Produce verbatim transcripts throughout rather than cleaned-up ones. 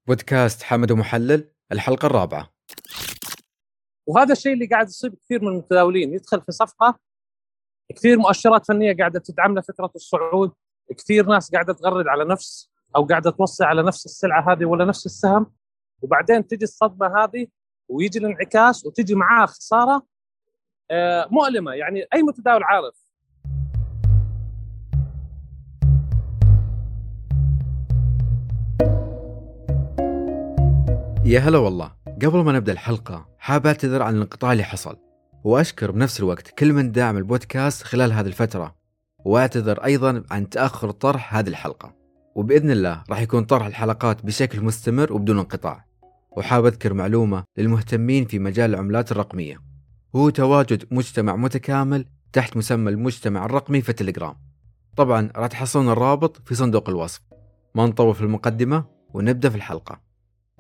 بودكاست حمد ومحلل الحلقة الرابعة. وهذا الشيء اللي قاعد يصيب كثير من المتداولين، يدخل في صفقة كثير مؤشرات فنية قاعدة تدعم له فكرة الصعود، كثير ناس قاعدة تغرد على نفس أو قاعدة توصي على نفس السلعة هذه ولا نفس السهم، وبعدين تجي الصدمة هذه ويجي الانعكاس وتجي معاه خسارة مؤلمة. يعني أي متداول عارف. يا هلا والله. قبل ما نبدأ الحلقة حاب أعتذر عن الانقطاع اللي حصل، وأشكر بنفس الوقت كل من دعم البودكاست خلال هذه الفترة، وأعتذر أيضا عن تأخر طرح هذه الحلقة. وبإذن الله راح يكون طرح الحلقات بشكل مستمر وبدون انقطاع. وحاب أذكر معلومة للمهتمين في مجال العملات الرقمية، وهو تواجد مجتمع متكامل تحت مسمى المجتمع الرقمي في تليجرام. طبعا راح تحصلون الرابط في صندوق الوصف. ما نطول في المقدمة ونبدأ في الحلقة.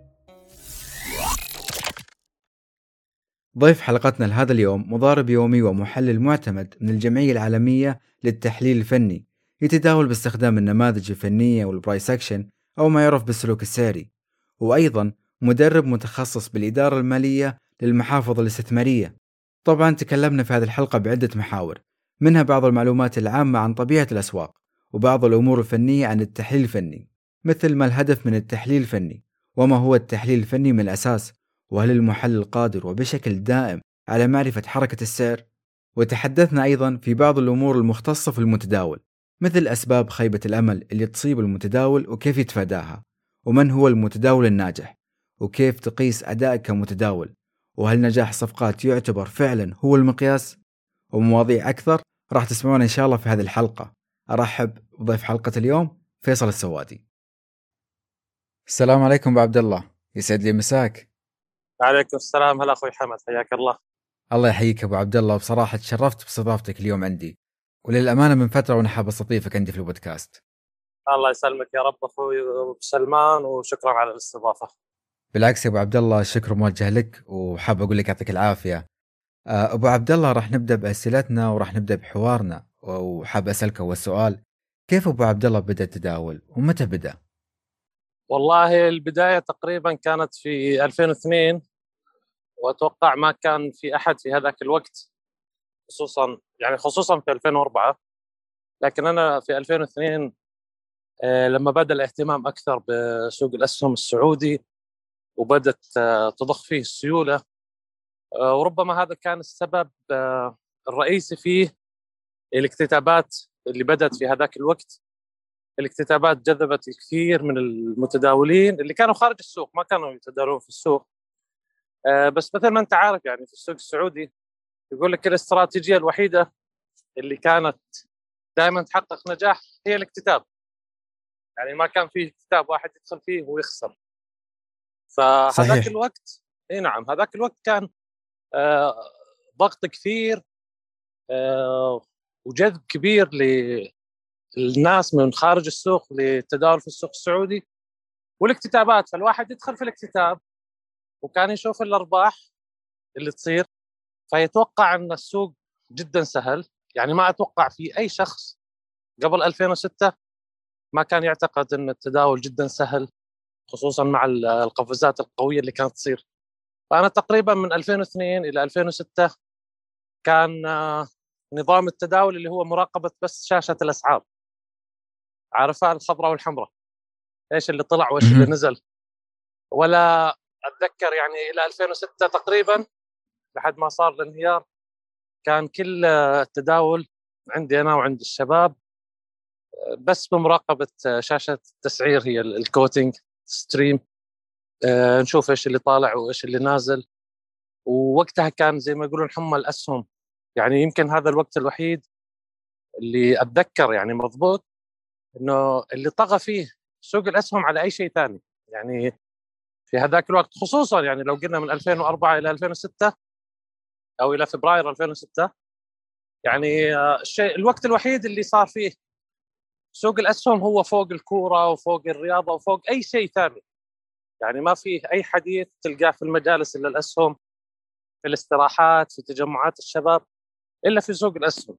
ضيف حلقتنا لهذا اليوم مضارب يومي ومحلل معتمد من الجمعية العالمية للتحليل الفني، يتداول باستخدام النماذج الفنية والبرايس أكشن أو ما يعرف بالسلوك السعري، وأيضا مدرب متخصص بالإدارة المالية للمحافظ الاستثمارية. طبعا تكلمنا في هذه الحلقة بعدة محاور، منها بعض المعلومات العامة عن طبيعة الأسواق، وبعض الأمور الفنية عن التحليل الفني، مثل ما الهدف من التحليل الفني، وما هو التحليل الفني من الأساس، وهل المحلل قادر وبشكل دائم على معرفة حركة السعر. وتحدثنا أيضا في بعض الأمور المختصة في المتداول، مثل أسباب خيبة الأمل اللي تصيب المتداول وكيف يتفاداها، ومن هو المتداول الناجح، وكيف تقيس أدائك كمتداول، وهل نجاح الصفقات يعتبر فعلا هو المقياس، ومواضيع أكثر راح تسمعون إن شاء الله في هذه الحلقة. أرحب بضيف حلقة اليوم فيصل السوادي. السلام عليكم أبو عبد الله، يسعد لي مساك. عليكم السلام، هلا أخوي حمد، حياك الله. الله يحييك أبو عبد الله، بصراحة تشرفت باستضافتك اليوم عندي، وللأمانة من فترة وأنا حاب أستضيفك عندي في البودكاست. الله يسلمك يا رب أخوي سلمان، وشكرا على الاستضافة. بالعكس يا أبو عبد الله، الشكر موجه لك، وحاب أقول لك يعطيك العافية. أبو عبد الله، راح نبدأ بأسئلتنا وراح نبدأ بحوارنا، وحاب أسألك أول سؤال: كيف أبو عبد الله بدأ التداول ومتى بدأ؟ والله البداية تقريبا كانت في ألفين واثنين، وأتوقع ما كان في أحد في هذاك الوقت، خصوصا يعني خصوصا في ألفين وأربعة. لكن أنا في ألفين واثنين آه، لما بدأ الاهتمام أكثر بسوق الأسهم السعودي وبدأت آه، تضخ فيه السيولة، آه، وربما هذا كان السبب آه، الرئيسي فيه الاكتتابات اللي بدأت في هذاك الوقت. الاكتتابات جذبت الكثير من المتداولين اللي كانوا خارج السوق، ما كانوا يتداولون في السوق. آه، بس مثل ما أنت عارف يعني في السوق السعودي يقول لك الاستراتيجية الوحيدة اللي كانت دائما تحقق نجاح هي الاكتتاب. يعني ما كان فيه اكتتاب واحد يدخل فيه ويخسر. فهذاك الوقت اي نعم هذاك الوقت كان آه ضغط كثير آه وجذب كبير للناس من خارج السوق للتداول في السوق السعودي والاكتتابات. فالواحد يدخل في الاكتتاب وكان يشوف الأرباح اللي تصير، فيتوقع أن السوق جدا سهل. يعني ما أتوقع في أي شخص قبل ألفين وستة ما كان يعتقد أن التداول جدا سهل، خصوصا مع القفزات القوية اللي كانت تصير. فأنا تقريبا من ألفين واثنين إلى ألفين وستة كان نظام التداول اللي هو مراقبة بس شاشة الأسعار، عارفها الخضراء والحمراء، إيش اللي طلع وإيش اللي نزل. ولا أتذكر يعني إلى ألفين وستة تقريبا لحد ما صار الانهيار كان كل التداول عندي أنا وعند الشباب بس بمراقبة شاشة التسعير، هي الكوتينج ستريم، أه نشوف إيش اللي طالع وإيش اللي نازل. ووقتها كان زي ما يقولون حمى الأسهم، يعني يمكن هذا الوقت الوحيد اللي أتذكر يعني مضبوط إنه اللي طغى فيه سوق الأسهم على أي شيء ثاني. يعني في هذاك الوقت خصوصا يعني لو قلنا من ألفين وأربعة إلى ألفين وستة أو إلى فبراير ألفين وستة، يعني الشيء الوقت الوحيد اللي صار فيه سوق الأسهم هو فوق الكورة وفوق الرياضة وفوق أي شيء ثاني. يعني ما فيه أي حديث تلقاه في المجالس إلا الأسهم، في الاستراحات، في تجمعات الشباب، إلا في سوق الأسهم.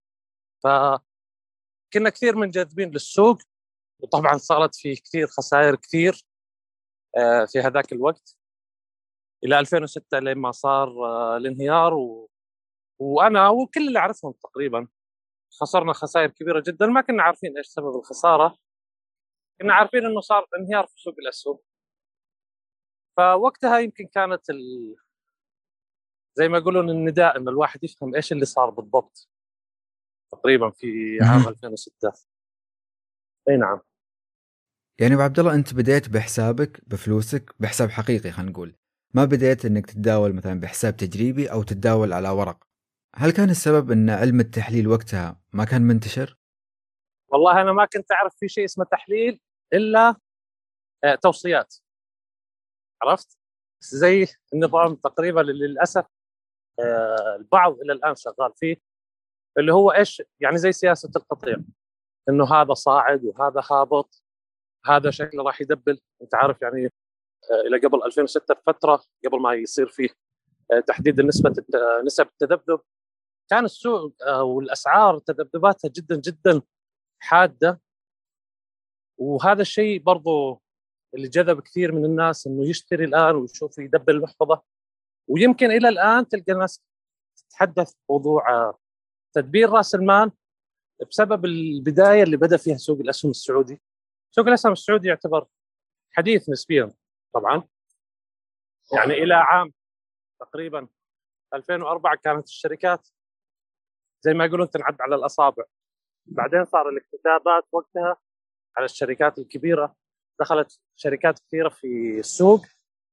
فكنا كثير منجذبين للسوق، وطبعا صارت فيه كثير خسائر كثير في هذاك الوقت إلى ألفين وستة لما صار الانهيار و... وأنا وكل اللي أعرفهم تقريبا خسرنا خسائر كبيرة جدا. ما كنا عارفين إيش سبب الخسارة، كنا عارفين إنه صار انهيار في سوق الأسهم. فوقتها يمكن كانت ال... زي ما يقولون النداء إن الواحد يفهم إيش اللي صار بالضبط تقريبا في عام ألفين وستة. أي نعم. يعني أبو عبد الله أنت بديت بحسابك بفلوسك بحساب حقيقي، خلينا نقول، ما بديت إنك تتداول مثلا بحساب تجريبي أو تتداول على ورق. هل كان السبب إن علم التحليل وقتها ما كان منتشر؟ والله أنا ما كنت أعرف في شيء اسمه تحليل إلا توصيات، عرفت؟ زي النظام تقريبا اللي للأسف البعض إلى الآن شغال فيه، اللي هو إيش يعني زي سياسة القطيع، إنه هذا صاعد وهذا هابط، هذا شكله راح يدبل. أنت عارف يعني إلى قبل ألفين وستة بفترة قبل ما يصير فيه تحديد النسبة نسب التذبذب، كان السوق والأسعار تذبذباتها جدا جدا حادة. وهذا الشيء برضو اللي جذب كثير من الناس إنه يشتري الآن ويشوف يدبل المحفظة. ويمكن إلى الآن تلقى الناس تتحدث موضوع تدبير رأس المال بسبب البداية اللي بدأ فيها سوق الأسهم السعودي. سوق الأسهم السعودي يعتبر حديث نسبيا طبعا، يعني إلى عام تقريبا ألفين وأربعة كانت الشركات زي ما يقولون تنعد على الأصابع. بعدين صار الاكتتابات وقتها على الشركات الكبيرة، دخلت شركات كثيرة في السوق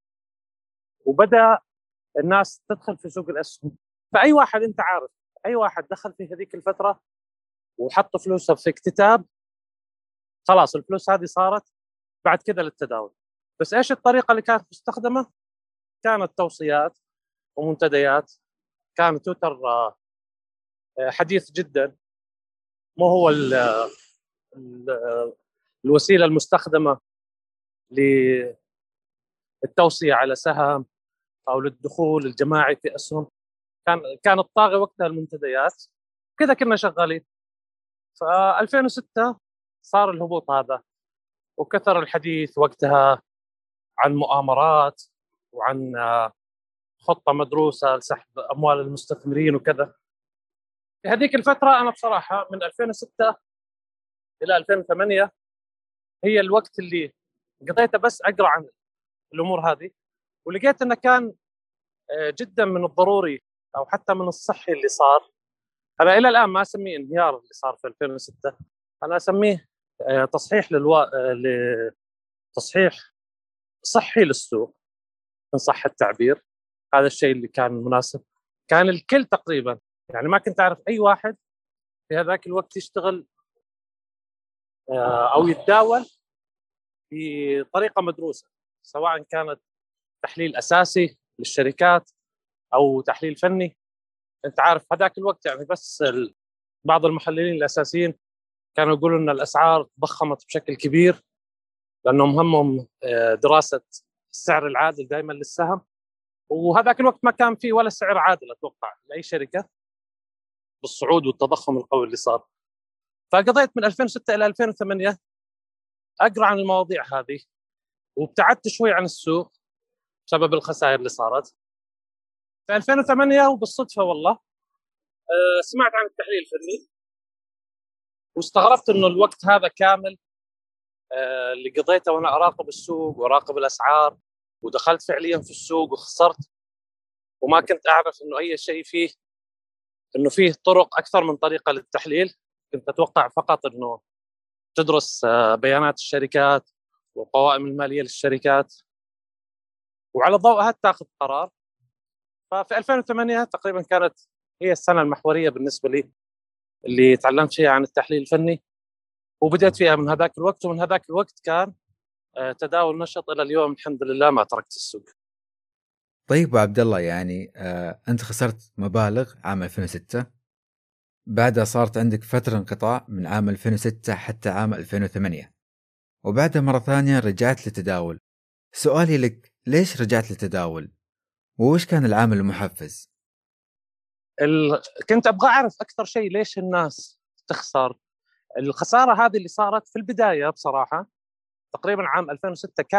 وبدأ الناس تدخل في سوق الأسهم. فأي واحد أنت عارف أي واحد دخل في هذيك الفترة وحط فلوسه في اكتتاب، خلاص الفلوس هذه صارت بعد كده للتداول. بس إيش الطريقة اللي كانت مستخدمة؟ كانت توصيات ومنتديات. كان تويتر حديث جدا، مو هو ال ال الوسيلة المستخدمة للتوصية على سهم أو للدخول الجماعي في أسهم. كان كان الطاغي وقتها المنتديات. كذا كنا شغالين. ف ألفين وستة صار الهبوط هذا، وكثر الحديث وقتها عن مؤامرات وعن خطة مدروسة لسحب أموال المستثمرين وكذا. في هذيك الفترة أنا بصراحة من ألفين وستة إلى ألفين وثمانية هي الوقت اللي قضيته بس أقرأ عن الأمور هذه، ولقيت أنه كان جدا من الضروري أو حتى من الصحي اللي صار. أنا إلى الآن ما أسميه انهيار اللي صار في ألفين وستة، أنا أسميه تصحيح للوا... تصحيح صحي للسوق إن صح التعبير. هذا الشيء اللي كان مناسب. كان الكل تقريبا، يعني ما كنت أعرف أي واحد في هذاك الوقت يشتغل أو يتداول بطريقة مدروسة، سواء كانت تحليل أساسي للشركات أو تحليل فني. أنت عارف هذاك الوقت يعني بس بعض المحللين الأساسيين كانوا يقولوا أن الأسعار تضخمت بشكل كبير لأنهم همهم دراسة السعر العادل دائما للسهم، وهذاك الوقت ما كان فيه ولا سعر عادل أتوقع لأي شركة بالصعود والتضخم القوي اللي صار. فقضيت من ألفين وستة إلى ألفين وثمانية أقرأ عن المواضيع هذه، وابتعدت شوي عن السوق بسبب الخسائر اللي صارت. في ألفين وثمانية وبالصدفة والله سمعت عن التحليل الفني، واستغربت إنه الوقت هذا كامل اللي قضيته وأنا أراقب السوق وأراقب الأسعار، ودخلت فعليا في السوق وخسرت، وما كنت أعرف إنه أي شيء فيه إنه فيه طرق أكثر من طريقة للتحليل. كنت أتوقع فقط إنه تدرس بيانات الشركات والقوائم المالية للشركات وعلى ضوءها تاخذ قرار. ففي ألفين وثمانية تقريبا كانت هي السنة المحورية بالنسبة لي اللي تعلمت فيها عن التحليل الفني، وبدأت فيها من هذاك الوقت. ومن هذاك الوقت كان تداول نشط إلى اليوم الحمد لله ما تركت السوق. طيب عبد الله، يعني آه أنت خسرت مبالغ عام ألفين وستة، بعدها صارت عندك فترة انقطاع من عام ألفين وستة حتى عام ألفين وثمانية، وبعدها مرة ثانية رجعت للتداول. سؤالي لك، ليش رجعت للتداول؟ ووش كان العامل المحفز؟ ال... كنت أبغى أعرف أكثر شيء ليش الناس تخسر. الخسارة هذه اللي صارت في البداية بصراحة تقريبا عام ألفين وستة كامل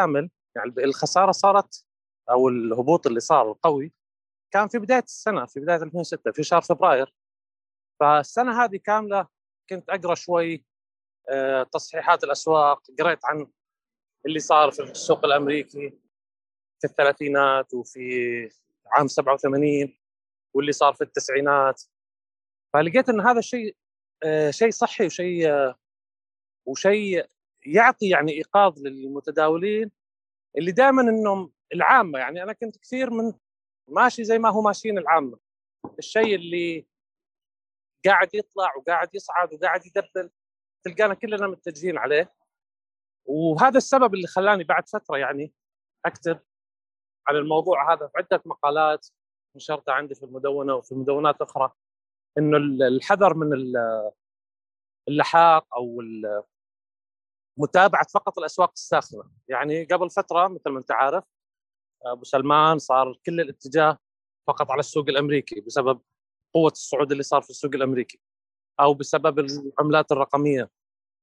يعني الخسارة صارت أو الهبوط اللي صار القوي كان في بداية السنة، في بداية ألفين وستة في شهر فبراير. فالسنة هذه كاملة كنت أقرأ شوي أه تصحيحات الأسواق، قرأت عن اللي صار في السوق الأمريكي في الثلاثينات وفي عام سبعة وثمانين واللي صار في التسعينات. فلقيت أن هذا الشيء أه شيء صحي وشيء أه وشيء يعطي يعني إيقاظ للمتداولين اللي دائما انهم العامه. يعني انا كنت كثير من ماشي زي ما هو ماشيين العامه، الشيء اللي قاعد يطلع وقاعد يصعد وقاعد يدبل تلقانا كلنا متجهين عليه. وهذا السبب اللي خلاني بعد فتره يعني اكتب على الموضوع هذا في عده مقالات نشرتها عندي في المدونه وفي مدونات اخرى، انه الحذر من اللحاق او متابعه فقط الاسواق الساخنه. يعني قبل فتره مثل ما انت عارف ابو سلمان صار كل الاتجاه فقط على السوق الامريكي بسبب قوه الصعود اللي صار في السوق الامريكي، او بسبب العملات الرقميه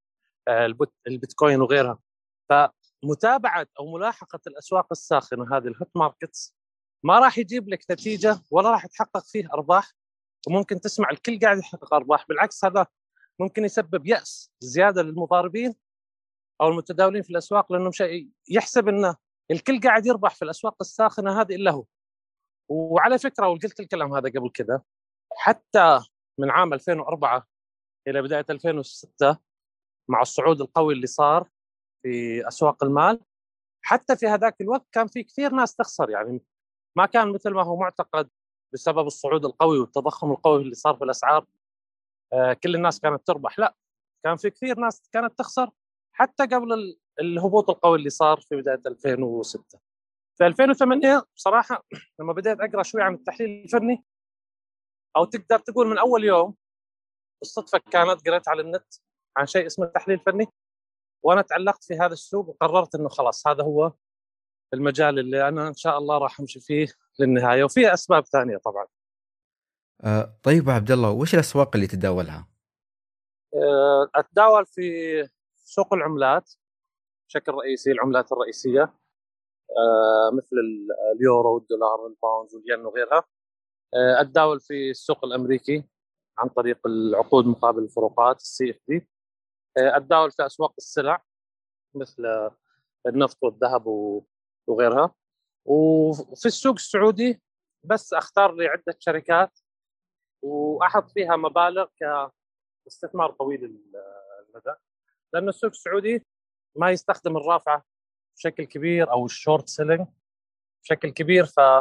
البيتكوين وغيرها. فمتابعه او ملاحقه الاسواق الساخنه هذه الهوت ماركتس ما راح يجيب لك نتيجه ولا راح تحقق فيه ارباح، وممكن تسمع الكل قاعد يحقق ارباح. بالعكس هذا ممكن يسبب يأس زياده للمضاربين او المتداولين في الاسواق، لانه شيء يحسب انه الكل قاعد يربح في الاسواق الساخنه هذه الا هو. وعلى فكره وقلت الكلام هذا قبل كده، حتى من عام ألفين وأربعة الى بدايه ألفين وستة مع الصعود القوي اللي صار في اسواق المال، حتى في هذاك الوقت كان في كثير ناس تخسر. يعني ما كان مثل ما هو معتقد بسبب الصعود القوي والتضخم القوي اللي صار في الاسعار آه كل الناس كانت تربح، لا، كان في كثير ناس كانت تخسر حتى قبل الهبوط القوي اللي صار في بدايه ألفين وستة. في ألفين وثمانية بصراحه لما بديت اقرا شوي عن التحليل الفني، او تقدر تقول من اول يوم بالصدفه كانت قريت على النت عن شيء اسمه التحليل الفني، وانا تعلقت في هذا السوق وقررت انه خلاص هذا هو المجال اللي انا ان شاء الله راح امشي فيه للنهايه. وفي اسباب ثانيه طبعا. أه طيب عبد الله، وش الاسواق اللي تتداولها؟ أه اتداول في سوق العملات بشكل رئيسي، العملات الرئيسيه أه مثل اليورو والدولار والباوند والين وغيرها. أه اتداول في السوق الامريكي عن طريق العقود مقابل الفروقات السي اف دي. اتداول في اسواق السلع مثل النفط والذهب وغيرها. وفي السوق السعودي بس اختار لي عده شركات واحط فيها مبالغ كاستثمار طويل المدى، لأن السوق السعودي ما يستخدم الرافعه بشكل كبير او الشورت سيلينج بشكل كبير،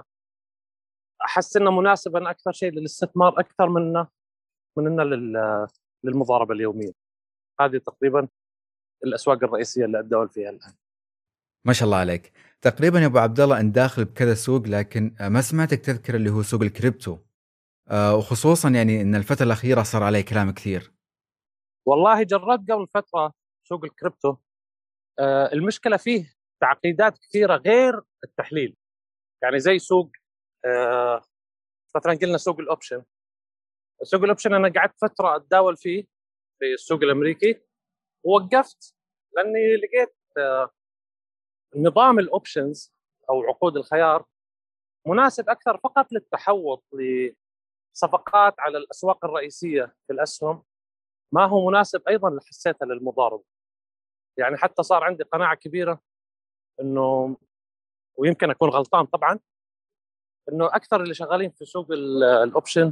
فاحس انه مناسبا اكثر شيء للاستثمار اكثر منه من انه للمضاربه اليوميه. هذه تقريبا الاسواق الرئيسيه اللي اتداول فيها الان. ما شاء الله عليك. تقريبا يا ابو عبد الله انت داخل بكذا سوق، لكن ما سمعتك تذكر اللي هو سوق الكريبتو، أه وخصوصا يعني ان الفتره الاخيره صار عليه كلام كثير. والله جربت قبل فتره سوق الكريبتو. أه المشكله فيه تعقيدات كثيره غير التحليل. يعني زي سوق أه مثلا قلنا سوق الاوبشن. سوق الاوبشن انا قعدت فتره اتداول فيه في السوق الامريكي ووقفت، لاني لقيت أه نظام الاوبشنز او عقود الخيار مناسب اكثر فقط للتحوط لصفقات على الاسواق الرئيسيه في الاسهم، ما هو مناسب ايضا حسيتها للمضاربه. يعني حتى صار عندي قناعه كبيره انه، ويمكن اكون غلطان طبعا، انه اكثر اللي شغالين في سوق الاوبشن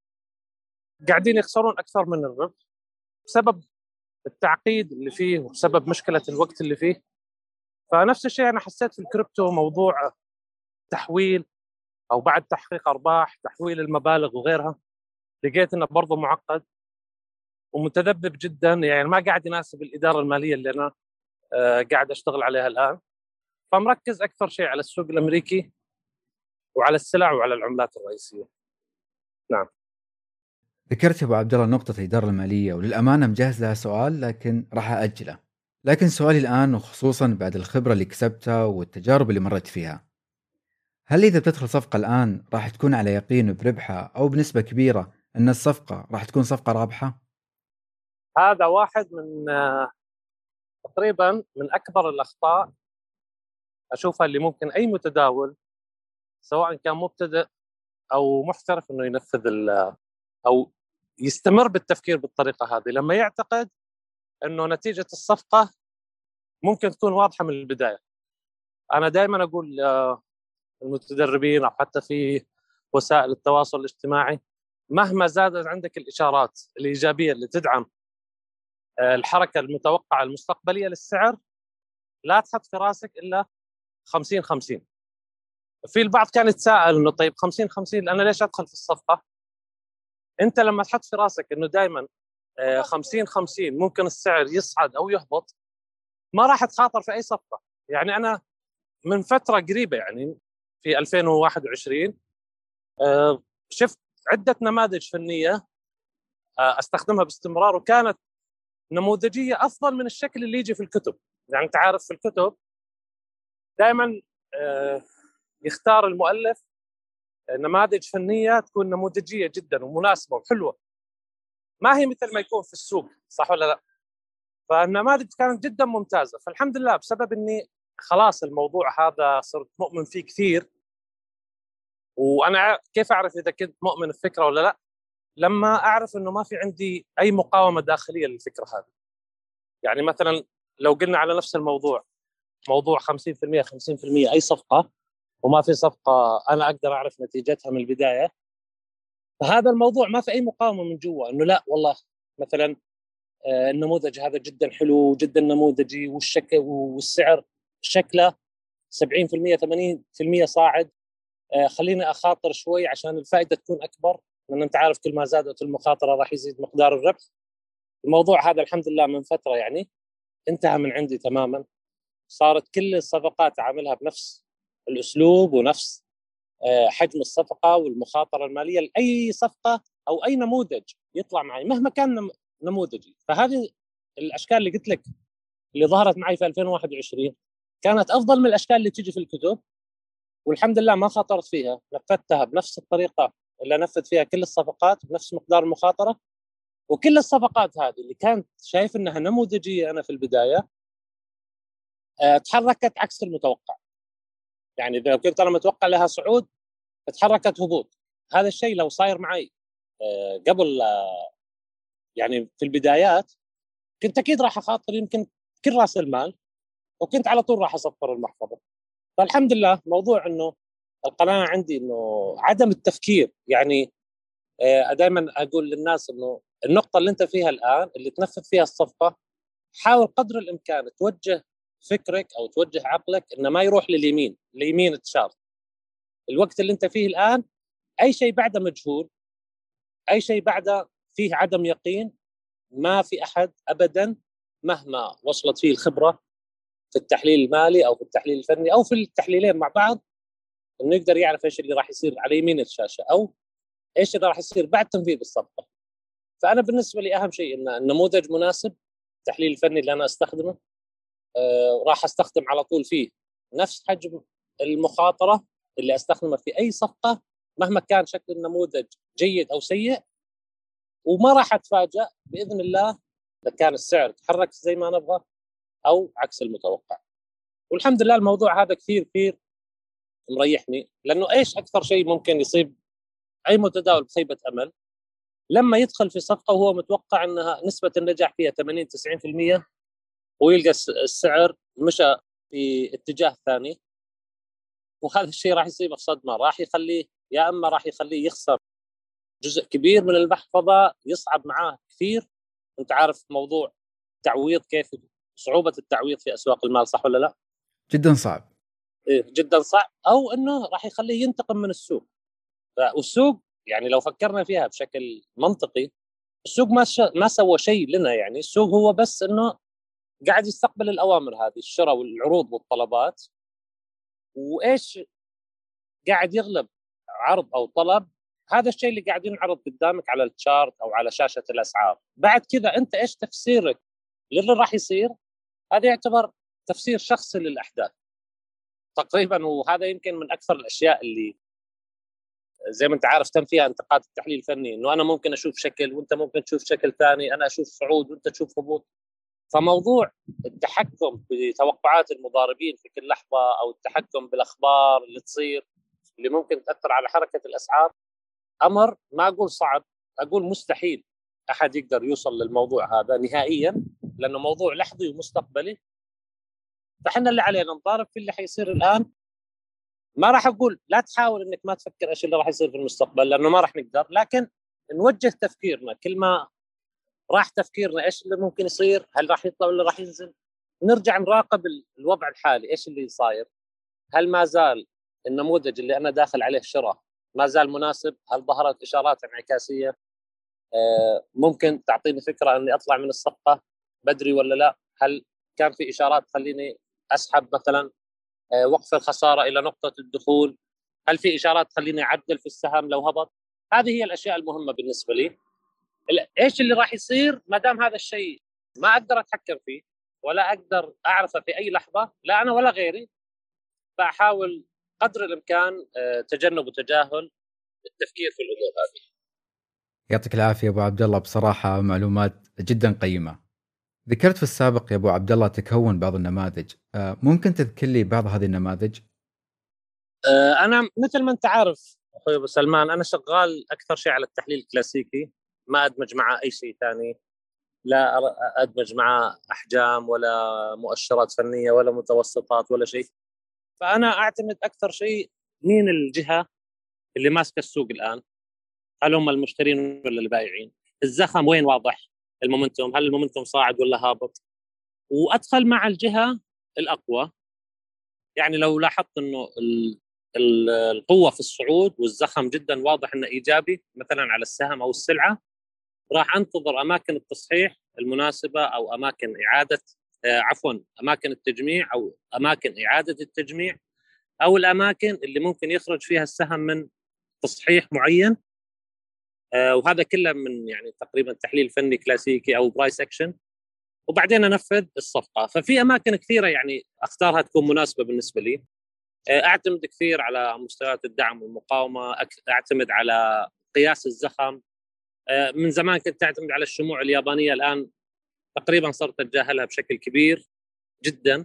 قاعدين يخسرون اكثر من الربح بسبب التعقيد اللي فيه وبسبب مشكله الوقت اللي فيه. فنفس الشيء انا حسيت في الكريبتو، موضوع تحويل او بعد تحقيق ارباح تحويل المبالغ وغيرها، لقيت انه برضه معقد ومتذبذب جدا. يعني ما قاعد يناسب الاداره الماليه اللي انا آه قاعد اشتغل عليها الان. فمركز اكثر شيء على السوق الامريكي وعلى السلع وعلى العملات الرئيسيه. نعم. ذكرت يا ابو عبد الله نقطه الاداره الماليه، وللامانه مجهز لها سؤال لكن راح اجله. لكن سؤالي الان، وخصوصا بعد الخبره اللي كسبتها والتجارب اللي مرت فيها، هل اذا بتدخل صفقه الان راح تكون على يقين بربحها او بنسبه كبيره ان الصفقه راح تكون صفقه رابحه؟ هذا واحد من آه تقريبا من اكبر الاخطاء اشوفها اللي ممكن اي متداول سواء كان مبتدئ او محترف انه ينفذ او يستمر بالتفكير بالطريقه هذه لما يعتقد انه نتيجه الصفقه ممكن تكون واضحه من البدايه. انا دائما اقول للمتدربين او حتى في وسائل التواصل الاجتماعي، مهما زادت عندك الاشارات الايجابيه اللي تدعم الحركه المتوقعه المستقبليه للسعر، لا تحط في راسك الا خمسين خمسين. في البعض كان يتساءل انه طيب خمسين خمسين انا ليش ادخل في الصفقه؟ انت لما تحط في راسك انه دائما خمسين خمسين ممكن السعر يصعد او يهبط، ما راح تخاطر في اي صفقه. يعني انا من فتره قريبه يعني في ألفين وواحد وعشرين شفت عده نماذج فنيه استخدمها باستمرار، وكانت نموذجيه افضل من الشكل اللي يجي في الكتب. يعني انت عارف في الكتب دائما يختار المؤلف نماذج فنيه تكون نموذجيه جدا ومناسبه وحلوه، ما هي مثل ما يكون في السوق، صح ولا لا؟ فالنماذج كانت جدا ممتازه. فالحمد لله بسبب اني خلاص الموضوع هذا صرت مؤمن فيه كثير. وانا كيف اعرف اذا كنت مؤمن الفكره ولا لا؟ لما اعرف انه ما في عندي اي مقاومه داخليه للفكره هذه. يعني مثلا لو قلنا على نفس الموضوع، موضوع خمسين بالمئة خمسين بالمئة اي صفقه، وما في صفقه انا اقدر اعرف نتيجتها من البدايه، فهذا الموضوع ما في اي مقاومه من جوا انه لا والله مثلا النموذج هذا جدا حلو جدا نموذجي والشكل والسعر شكله سبعين بالمئة ثمانين بالمئة صاعد، خليني اخاطر شوي عشان الفائده تكون اكبر، لان انت عارف كل ما زادت المخاطره راح يزيد مقدار الربح. الموضوع هذا الحمد لله من فتره يعني انتهى من عندي تماما. صارت كل الصفقات اعملها بنفس الاسلوب ونفس حجم الصفقه والمخاطره الماليه لاي صفقه او اي نموذج يطلع معي مهما كان نموذجي. فهذه الاشكال اللي قلت لك اللي ظهرت معي في ألفين وواحد وعشرين كانت افضل من الاشكال اللي تيجي في الكتب، والحمد لله ما خاطرت فيها، نفذتها بنفس الطريقه اللي نفذ فيها كل الصفقات بنفس مقدار المخاطره. وكل الصفقات هذه اللي كانت شايف انها نموذجيه انا في البدايه تحركت عكس المتوقع. يعني اذا كنت انا متوقع لها صعود تحركت هبوط. هذا الشيء لو صاير معي قبل يعني في البدايات كنت اكيد راح اخاطر يمكن كل راس المال، وكنت على طول راح اصفر المحفظه. فالحمد لله موضوع انه القناعه عندي انه عدم التفكير. يعني دائما اقول للناس انه النقطه اللي انت فيها الان اللي تنفذ فيها الصفقه، حاول قدر الامكان توجه فكرك او توجه عقلك انه ما يروح لليمين ليمين التشارت. الوقت اللي انت فيه الان اي شيء بعده مجهول، اي شيء بعده فيه عدم يقين. ما في احد ابدا مهما وصلت فيه الخبره في التحليل المالي او في التحليل الفني او في التحليلين مع بعض انه يقدر يعرف ايش اللي راح يصير على يمين الشاشه او ايش اللي راح يصير بعد تنفيذ الصفقه. فانا بالنسبه لي اهم شيء ان النموذج مناسب، التحليل الفني اللي انا استخدمه آه راح استخدم على طول فيه نفس حجم المخاطره اللي استخدمه في اي صفقه مهما كان شكل النموذج جيد او سيء، وما راح اتفاجأ باذن الله اذا كان السعر تحرك زي ما نبغى او عكس المتوقع. والحمد لله الموضوع هذا كثير كثير مريحني، لانه ايش اكثر شيء ممكن يصيب اي متداول بخيبه امل لما يدخل في صفقه وهو متوقع انها نسبه النجاح فيها ثمانين تسعين بالمئة ويلقى السعر مشى في اتجاه ثاني، وهذا الشيء راح يصيبه صدمه، راح يخليه يا اما راح يخليه يخسر جزء كبير من المحفظه، يصعب معاه كثير. انت عارف موضوع التعويض كيف صعوبه التعويض في اسواق المال، صح ولا لا؟ جدا صعب. إيه جدا صعب. او انه راح يخليه ينتقم من السوق. والسوق يعني لو فكرنا فيها بشكل منطقي، السوق ما ش... ما سوى شيء لنا. يعني السوق هو بس انه قاعد يستقبل الاوامر هذه، الشراء والعروض والطلبات، وايش قاعد يغلب عرض او طلب. هذا الشيء اللي قاعد ينعرض قدامك على الشارت او على شاشه الاسعار. بعد كذا انت ايش تفسيرك للي راح يصير؟ هذا يعتبر تفسير شخصي للاحداث تقريبا. وهذا يمكن من اكثر الاشياء اللي زي ما انت عارف تم فيها انتقاد التحليل الفني، انه انا ممكن اشوف شكل وانت ممكن تشوف شكل ثاني، انا اشوف صعود وانت تشوف هبوط. فموضوع التحكم بتوقعات المضاربين في كل لحظه او التحكم بالاخبار اللي تصير اللي ممكن تاثر على حركه الاسعار امر ما اقول صعب، اقول مستحيل احد يقدر يوصل للموضوع هذا نهائيا، لانه موضوع لحظي ومستقبلي. فاحنا اللي علينا نضارب في اللي حيصير الان. ما راح اقول لا تحاول انك ما تفكر ايش اللي راح يصير في المستقبل، لانه ما راح نقدر، لكن نوجه تفكيرنا كل ما راح تفكيرنا ايش اللي ممكن يصير، هل راح يطلع ولا راح ينزل. نرجع نراقب الوضع الحالي ايش اللي صاير، هل ما زال النموذج اللي انا داخل عليه شراء ما زال مناسب، هل ظهرت اشارات انعكاسيه ممكن تعطيني فكره اني اطلع من الصفقه بدري ولا لا، هل كان في اشارات تخليني اسحب مثلا وقف الخساره الى نقطه الدخول، هل في اشارات تخليني اعدل في السهم لو هبط. هذه هي الاشياء المهمه بالنسبه لي. ايش اللي راح يصير ما دام هذا الشيء ما اقدر اتحكم فيه ولا اقدر اعرفه في اي لحظه، لا انا ولا غيري، فاحاول قدر الامكان تجنب وتجاهل التفكير في الامور هذه. يعطيك العافيه ابو عبد الله، بصراحه معلومات جدا قيمه. ذكرت في السابق يا ابو عبد الله تكون بعض النماذج، ممكن تذكر لي بعض هذه النماذج؟ انا مثل ما انت عارف اخوي ابو سلمان، انا شغال اكثر شيء على التحليل الكلاسيكي، ما ادمج معه اي شيء ثاني، لا ادمج معه احجام ولا مؤشرات فنيه ولا متوسطات ولا شيء. فانا اعتمد اكثر شيء مين الجهه اللي ماسكه السوق الان، هل هم المشترين ولا البائعين، الزخم وين واضح، المومنتوم هل المومنتوم صاعد ولا هابط، وادخل مع الجهه الاقوى. يعني لو لاحظت انه القوه في الصعود والزخم جدا واضح انه ايجابي مثلا على السهم او السلعه، راح انتظر اماكن التصحيح المناسبه او اماكن اعاده آه عفوا اماكن التجميع او اماكن اعاده التجميع، او الاماكن اللي ممكن يخرج فيها السهم من تصحيح معين. آه وهذا كله من يعني تقريبا تحليل فني كلاسيكي او برايس اكشن، وبعدين انفذ الصفقه. ففي اماكن كثيره يعني اختارها تكون مناسبه بالنسبه لي. اعتمد كثير على مستويات الدعم والمقاومه، اعتمد على قياس الزخم. من زمان كنت اعتمد على الشموع اليابانيه، الان تقريبا صرت اتجاهلها بشكل كبير جدا.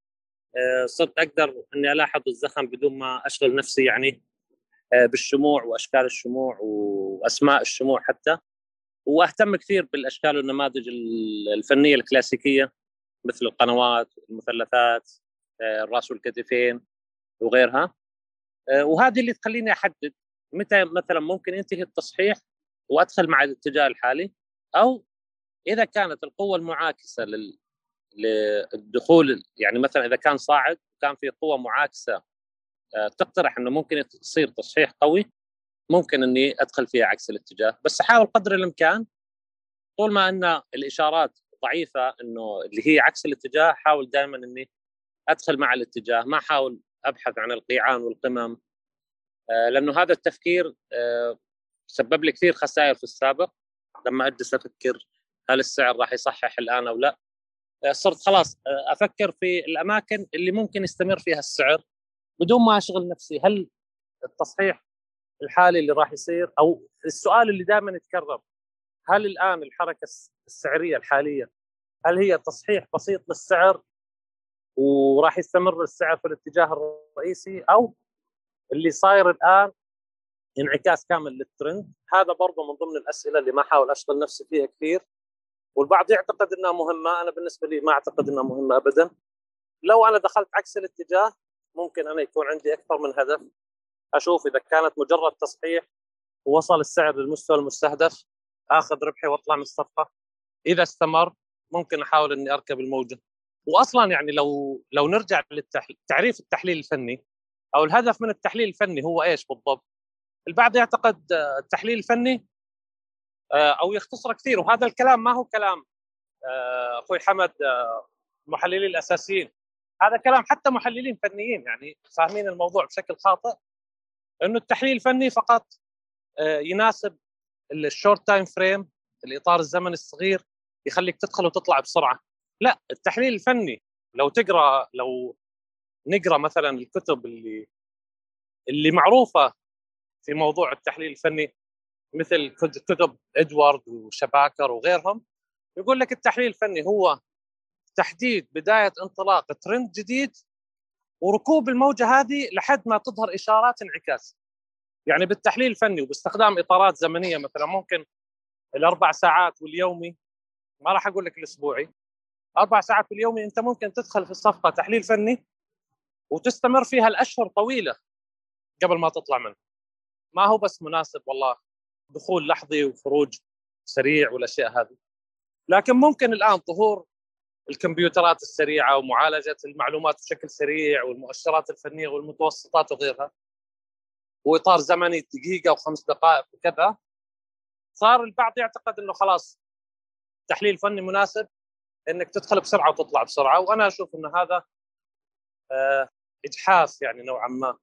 صرت اقدر اني الاحظ الزخم بدون ما اشغل نفسي يعني بالشموع واشكال الشموع واسماء الشموع حتى. واهتم كثير بالاشكال والنماذج الفنيه الكلاسيكيه مثل القنوات، المثلثات، الراس والكتفين وغيرها. وهذه اللي تخليني احدد متى مثلا ممكن ينتهي التصحيح وادخل مع الاتجاه الحالي، او اذا كانت القوه المعاكسه لل... للدخول، يعني مثلا اذا كان صاعد وكان في قوه معاكسه تقترح انه ممكن يصير تصحيح قوي، ممكن اني ادخل فيها عكس الاتجاه. بس احاول قدر الامكان طول ما ان الاشارات ضعيفه انه اللي هي عكس الاتجاه، احاول دائما اني ادخل مع الاتجاه، ما احاول ابحث عن القيعان والقمم، لانه هذا التفكير سبب لي كثير خسائر في السابق. لما اجلس افكر هل السعر راح يصحح الان او لا، صرت خلاص افكر في الاماكن اللي ممكن يستمر فيها السعر بدون ما اشغل نفسي هل التصحيح الحالي اللي راح يصير، او السؤال اللي دائما يتكرر، هل الان الحركه السعريه الحاليه هل هي تصحيح بسيط للسعر وراح يستمر السعر في الاتجاه الرئيسي، او اللي صاير الان انعكاس كامل للترند. هذا برضه من ضمن الاسئله اللي ما احاول اشغل نفسي فيها كثير، والبعض يعتقد انها مهمه، انا بالنسبه لي ما اعتقد انها مهمه ابدا. لو انا دخلت عكس الاتجاه ممكن انا يكون عندي اكثر من هدف، اشوف اذا كانت مجرد تصحيح ووصل السعر للمستوى المستهدف اخذ ربحي واطلع من الصفقه، اذا استمر ممكن احاول اني اركب الموجه. واصلا يعني لو لو نرجع للتعريف التحليل الفني او الهدف من التحليل الفني هو ايش بالضبط، البعض يعتقد التحليل الفني او يختصر كثير، وهذا الكلام ما هو كلام اخوي حمد المحللين الاساسيين، هذا كلام حتى محللين فنيين يعني فاهمين الموضوع بشكل خاطئ، انه التحليل الفني فقط يناسب الشورت تايم فريم، الاطار الزمني الصغير، يخليك تدخل وتطلع بسرعه. لا، التحليل الفني لو تقرا لو نقرا مثلا الكتب اللي اللي معروفه في موضوع التحليل الفني مثل كتب ادوارد وشباكر وغيرهم، يقول لك التحليل الفني هو تحديد بدايه انطلاق ترند جديد وركوب الموجه هذه لحد ما تظهر اشارات انعكاس. يعني بالتحليل الفني وباستخدام اطارات زمنيه، مثلا ممكن الاربع ساعات واليومي، ما راح اقول لك الاسبوعي، اربع ساعات واليومي انت ممكن تدخل في الصفقه تحليل فني وتستمر فيها الاشهر طويله قبل ما تطلع منه. ما هو بس مناسب والله دخول لحظي وخروج سريع والاشياء هذه، لكن ممكن الان ظهور الكمبيوترات السريعه ومعالجه المعلومات بشكل سريع والمؤشرات الفنيه والمتوسطات وغيرها، واطار زمني دقيقه وخمس دقائق وكذا، صار البعض يعتقد انه خلاص تحليل فني مناسب انك تدخل بسرعه وتطلع بسرعه. وانا اشوف انه هذا آه اجحاف يعني نوعا ما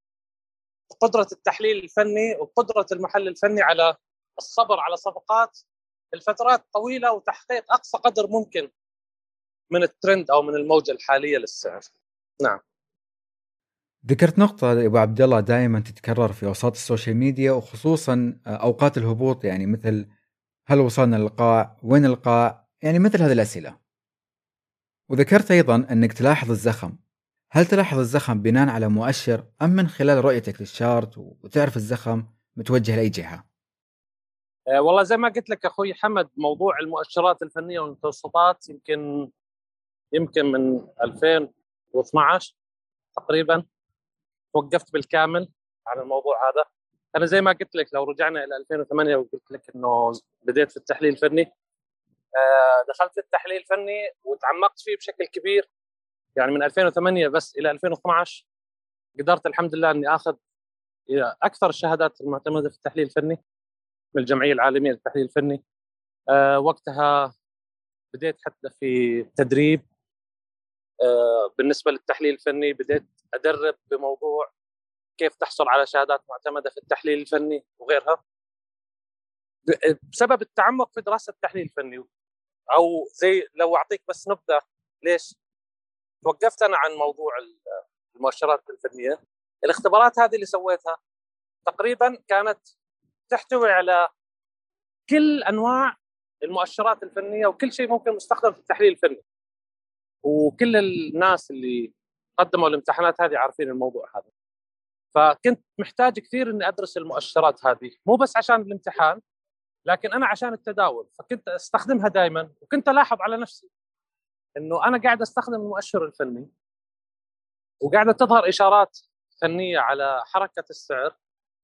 قدره التحليل الفني وقدره المحلل الفني على الصبر على صفقات الفترات طويله وتحقيق اقصى قدر ممكن من الترند او من الموجه الحاليه للسعر. نعم. ذكرت نقطة يا أبو عبد الله دائما تتكرر في أوساط السوشيال ميديا وخصوصا أوقات الهبوط، يعني مثل هل وصلنا للقاع؟ وين القاع؟ يعني مثل هذه الأسئلة. وذكرت أيضا أنك تلاحظ الزخم. هل تلاحظ الزخم بناء على مؤشر أم من خلال رؤيتك للشارت وتعرف الزخم متوجه لأي جهة؟ أه والله زي ما قلت لك أخوي حمد، موضوع المؤشرات الفنية والمتوسطات يمكن يمكن من ألفين واثناشر تقريبا توقفت بالكامل على الموضوع هذا. أنا زي ما قلت لك لو رجعنا إلى ألفين وثمانية وقلت لك إنه بديت في التحليل الفني، أه دخلت في التحليل الفني وتعمقت فيه بشكل كبير. يعني من ألفين وثمانية بس إلى ألفين واثناشر قدرت الحمد لله إني آخذ أكثر الشهادات المعتمدة في التحليل الفني من الجمعية العالمية للتحليل الفني. أه وقتها بديت حتى في تدريب أه بالنسبة للتحليل الفني، بديت أدرب بموضوع كيف تحصل على شهادات معتمدة في التحليل الفني وغيرها، بسبب التعمق في دراسة التحليل الفني. أو زي لو أعطيك بس نبذة ليش توقفت أنا عن موضوع المؤشرات الفنية، الاختبارات هذه اللي سويتها تقريبا كانت تحتوي على كل أنواع المؤشرات الفنية وكل شيء ممكن مستخدم في التحليل الفني، وكل الناس اللي قدموا الامتحانات هذه عارفين الموضوع هذا. فكنت محتاج كثير اني ادرس المؤشرات هذه، مو بس عشان الامتحان لكن انا عشان التداول، فكنت استخدمها دائما. وكنت الاحظ على نفسي انه انا قاعد استخدم المؤشر الفني وقاعده تظهر اشارات فنيه على حركه السعر،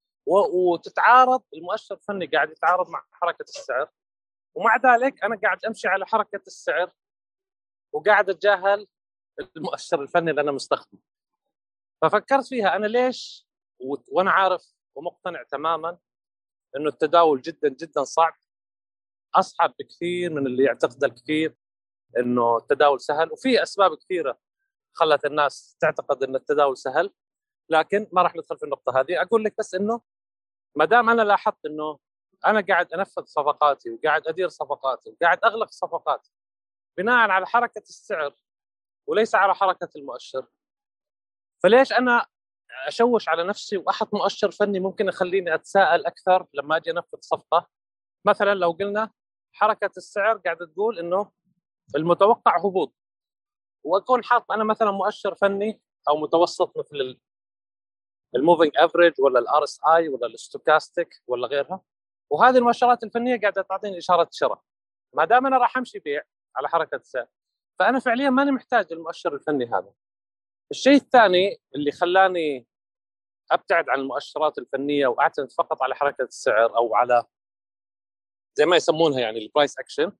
وتتعارض المؤشر الفني قاعد يتعارض مع حركه السعر، ومع ذلك انا قاعد امشي على حركه السعر وقاعد اتجاهل المؤشر الفني اللي انا مستخدمه. ففكرت فيها انا ليش وانا عارف ومقتنع تماما انه التداول جدا جدا صعب، اصعب بكثير من اللي يعتقد الكثير انه التداول سهل. وفي اسباب كثيره خلت الناس تعتقد ان التداول سهل، لكن ما راح ندخل في النقطه هذه. اقول لك بس انه ما دام انا لاحظت انه انا قاعد انفذ صفقاتي وقاعد ادير صفقاتي وقاعد اغلق صفقاتي بناء على حركه السعر وليس على حركه المؤشر، فليش انا اشوش على نفسي واحط مؤشر فني ممكن يخليني اتساءل اكثر لما اجي انفذ صفقه؟ مثلا لو قلنا حركه السعر قاعده تقول انه المتوقع هبوط، واكون حاط انا مثلا مؤشر فني او متوسط مثل الموفينج افريج ولا الار اس اي ولا الاستوكاستيك ولا غيرها، وهذه المؤشرات الفنيه قاعده تعطيني اشاره شراء، ما دام انا راح امشي بيع على حركه السعر فانا فعليا ماني محتاج المؤشر الفني هذا. الشيء الثاني اللي خلاني ابتعد عن المؤشرات الفنيه واعتمد فقط على حركه السعر او على زي ما يسمونها يعني البرايس اكشن،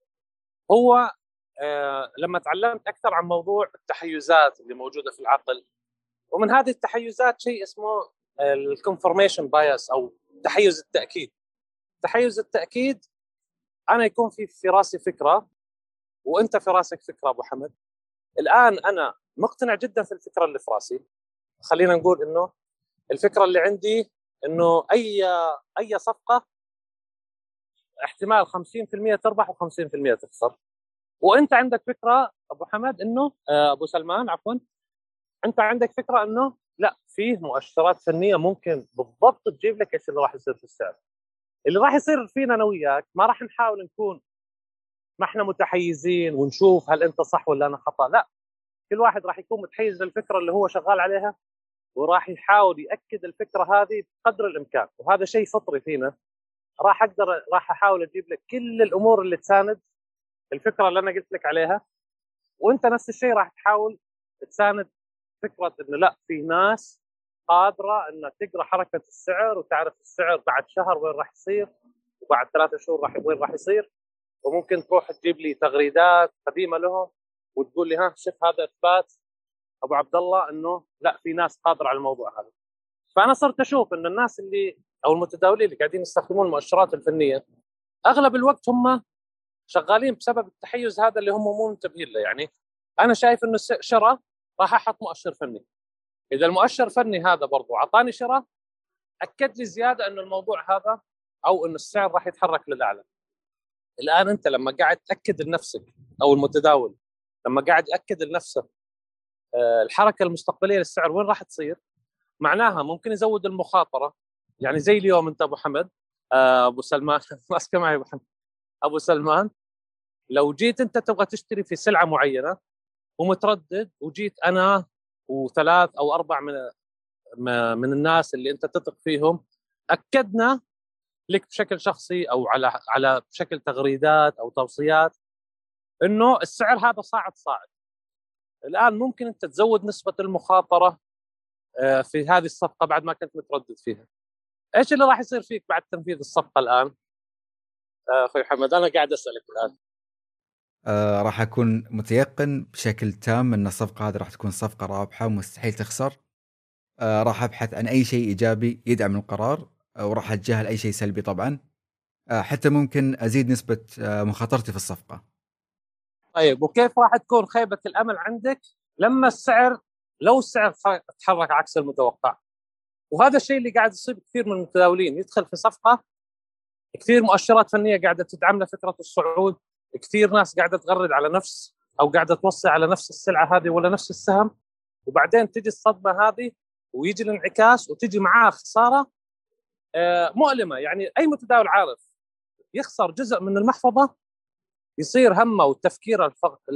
هو آه لما تعلمت اكثر عن موضوع التحيزات اللي موجوده في العقل. ومن هذه التحيزات شيء اسمه الكونفرميشن بايس او تحيز التاكيد. تحيز التاكيد انا يكون في في راسي فكره وانت في راسك فكره ابو حمد، الان انا مقتنع جدا في الفكره اللي في راسي، خلينا نقول انه الفكره اللي عندي انه اي اي صفقه احتمال خمسين بالمئة تربح وخمسين بالمئة تخسر، وانت عندك فكره ابو حمد انه ابو سلمان عفوا انت عندك فكره انه لا، فيه مؤشرات فنيه ممكن بالضبط تجيب لك ايش اللي راح يصير في السعر. اللي راح يصير فينا انا وياك ما راح نحاول نكون ما احنا متحيزين ونشوف هل انت صح ولا انا خطا. لا، كل واحد راح يكون متحيز للفكره اللي هو شغال عليها، وراح يحاول ياكد الفكره هذه بقدر الامكان، وهذا شيء فطري فينا. راح اقدر راح احاول اجيب لك كل الامور اللي تساند الفكره اللي انا قلت لك عليها، وانت نفس الشيء راح تحاول تساند فكره انه لا، في ناس قادره انها تقرا حركه السعر وتعرف السعر بعد شهر وين راح يصير، وبعد ثلاثة شهور راح وين راح يصير. وممكن تروح تجيب لي تغريدات قديمه لهم وتقول لي ها شوف هذا اثبات ابو عبد الله انه لا، في ناس قادره على الموضوع هذا. فانا صرت اشوف ان الناس اللي او المتداولين اللي قاعدين يستخدمون المؤشرات الفنيه اغلب الوقت هم شغالين بسبب التحيز هذا اللي هم مو منتبهين له. يعني انا شايف انه شراء راح احط مؤشر فني، اذا المؤشر الفني هذا برضو اعطاني شراء اكد لي زياده انه الموضوع هذا او انه السعر راح يتحرك للاعلى. الان انت لما قاعد تاكد لنفسك او المتداول لما قاعد ياكد لنفسه الحركه المستقبليه للسعر وين راح تصير، معناها ممكن يزود المخاطره. يعني زي اليوم انت ابو حمد، ابو سلمان ماسكه معي ابو حمد، ابو سلمان، لو جيت انت تبغى تشتري في سلعه معينه ومتردد، وجيت انا وثلاث او اربع من من الناس اللي انت تثق فيهم اكدنا لك بشكل شخصي او على على بشكل تغريدات او توصيات انه السعر هذا صاعد صاعد، الان ممكن انت تزود نسبه المخاطره في هذه الصفقه بعد ما كنت متردد فيها. ايش اللي راح يصير فيك بعد تنفيذ الصفقه الان؟ اخوي محمد انا قاعد اسالك الان. آه راح اكون متيقن بشكل تام ان الصفقه هذه راح تكون صفقه رابحه ومستحيل تخسر. آه راح ابحث عن اي شيء ايجابي يدعم القرار، آه وراح اتجاهل اي شيء سلبي طبعا. آه حتى ممكن ازيد نسبه آه مخاطرتي في الصفقه. طيب وكيف راح تكون خيبه الامل عندك لما السعر لو السعر تحرك عكس المتوقع؟ وهذا الشيء اللي قاعد يصيب كثير من المتداولين، يدخل في صفقه كثير مؤشرات فنيه قاعده تدعم له فكره الصعود، كثير ناس قاعده تغرد على نفس او قاعده توصي على نفس السلعه هذه ولا نفس السهم، وبعدين تجي الصدمه هذه ويجي الانعكاس وتجي معاه خساره مؤلمه. يعني اي متداول عارف يخسر جزء من المحفظه يصير همه والتفكير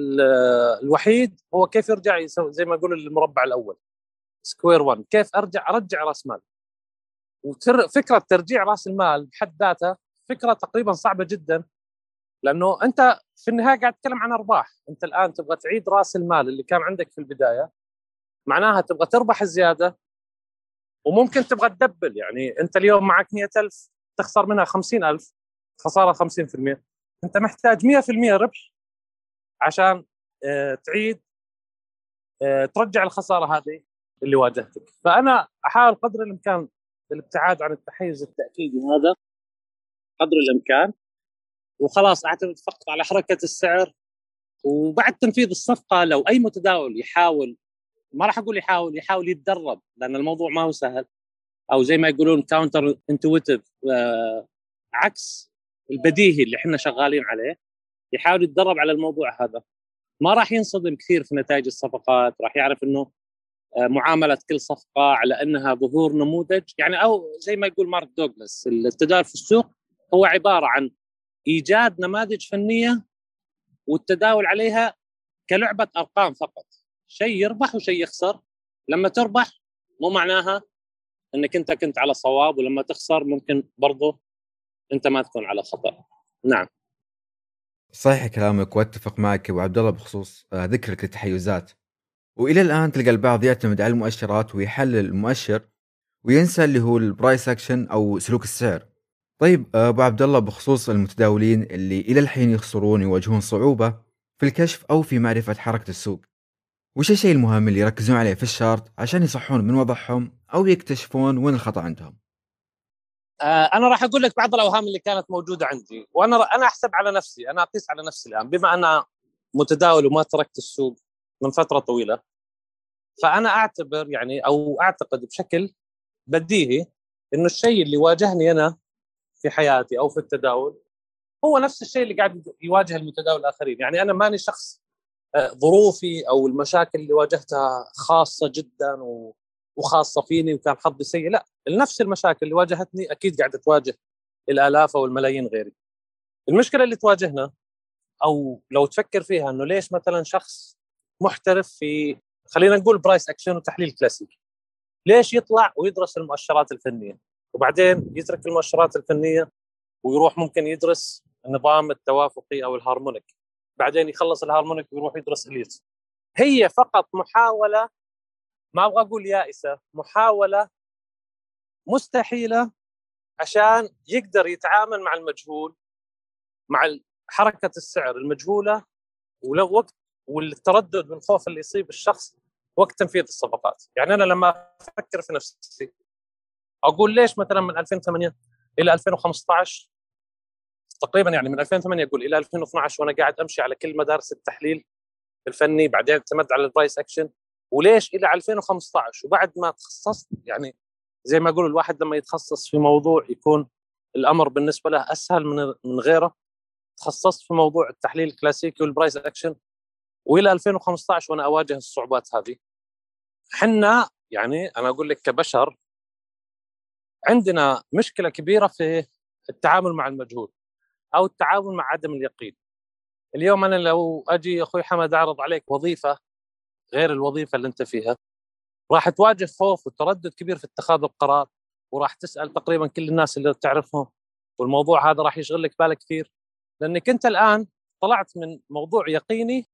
الوحيد هو كيف يرجع يسوي زي ما يقول المربع الاول سكوير واحد، كيف ارجع ارجع راس مال. وفكره ترجيع راس المال بحد ذاتها فكره تقريبا صعبه جدا، لانه انت في النهايه قاعد تتكلم عن ارباح. انت الان تبغى تعيد راس المال اللي كان عندك في البدايه، معناها تبغى تربح زياده وممكن تبغى تدبل. يعني انت اليوم معك مئة ألف تخسر منها خمسين ألف، خساره خمسين بالمئة، انت محتاج مئة بالمئة ربح عشان اه تعيد اه ترجع الخساره هذه اللي واجهتك. فانا احاول قدر الامكان الابتعاد عن التحيز التاكيدي هذا قدر الامكان، وخلاص اعتمد فقط على حركه السعر. وبعد تنفيذ الصفقه لو اي متداول يحاول، ما راح اقول يحاول يحاول يتدرب لان الموضوع ما هو سهل، او زي ما يقولون كاونتر انتويتيف آه عكس البديهي اللي احنا شغالين عليه، يحاول يتدرب على الموضوع هذا، ما راح ينصدم كثير في نتائج الصفقات. راح يعرف انه آه معامله كل صفقه على انها ظهور نموذج، يعني او زي ما يقول مارك دوغلاس التداول في السوق هو عباره عن ايجاد نماذج فنيه والتداول عليها كلعبه ارقام فقط، شيء يربح وشيء يخسر. لما تربح مو معناها انك انت كنت على صواب، ولما تخسر ممكن برضه انت ما تكون على خطأ. نعم صحيح كلامك، واتفق معك ابو عبد الله بخصوص ذكرك للتحيزات. والى الان تلقى البعض يعتمد على المؤشرات ويحلل المؤشر وينسى اللي هو البرايس اكشن او سلوك السعر. طيب ابو عبد الله، بخصوص المتداولين اللي الى الحين يخسرون يواجهون صعوبه في الكشف او في معرفه حركه السوق، وش الشيء المهم اللي يركزون عليه في الشارت عشان يصحون من وضعهم او يكتشفون وين الخطا عندهم؟ آه انا راح اقول لك بعض الاوهام اللي كانت موجوده عندي، وانا انا احسب على نفسي، انا اقيس على نفسي الان بما انا متداول وما تركت السوق من فتره طويله. فانا اعتبر يعني او اعتقد بشكل بديهي انه الشيء اللي واجهني انا في حياتي او في التداول هو نفس الشيء اللي قاعد يواجه المتداول الاخرين. يعني انا ماني شخص ظروفي او المشاكل اللي واجهتها خاصه جدا وخاصه فيني وكان حظي سيء، لا، نفس المشاكل اللي واجهتني اكيد قاعده تواجه الالاف او الملايين غيري. المشكله اللي تواجهنا او لو تفكر فيها انه ليش مثلا شخص محترف في، خلينا نقول برايس اكشن وتحليل كلاسيكي، ليش يطلع ويدرس المؤشرات الفنيه وبعدين يترك المؤشرات الفنيه ويروح ممكن يدرس النظام التوافقي او الهارمونيك، بعدين يخلص الهارمونيك ويروح يدرس اليت؟ هي فقط محاوله، ما ابغى اقول يائسه، محاوله مستحيله عشان يقدر يتعامل مع المجهول، مع حركه السعر المجهوله، ولو وقت والتردد والخوف اللي يصيب الشخص وقت تنفيذ الصفقات. يعني انا لما افكر في نفسي اقول ليش مثلا من ألفين وثمانية الى ألفين وخمسة عشر تقريبا، يعني من ألفين وثمانية اقول الى ألفين واثني عشر وانا قاعد امشي على كل مدارس التحليل الفني، بعدين اعتمدت على البرايس اكشن، وليش الى ألفين وخمسة عشر وبعد ما تخصصت، يعني زي ما اقول الواحد لما يتخصص في موضوع يكون الامر بالنسبه له اسهل من من غيره. تخصصت في موضوع التحليل الكلاسيكي والبرايس اكشن، والى ألفين وخمسة عشر وانا اواجه الصعوبات هذه. حنا يعني انا اقول لك كبشر عندنا مشكله كبيره في التعامل مع المجهول او التعامل مع عدم اليقين. اليوم انا لو اجي اخوي حمد اعرض عليك وظيفه غير الوظيفه اللي انت فيها، راح تواجه خوف وتردد كبير في اتخاذ القرار، وراح تسال تقريبا كل الناس اللي تعرفهم، والموضوع هذا راح يشغل لك بالك كثير، لانك انت الان طلعت من موضوع يقيني،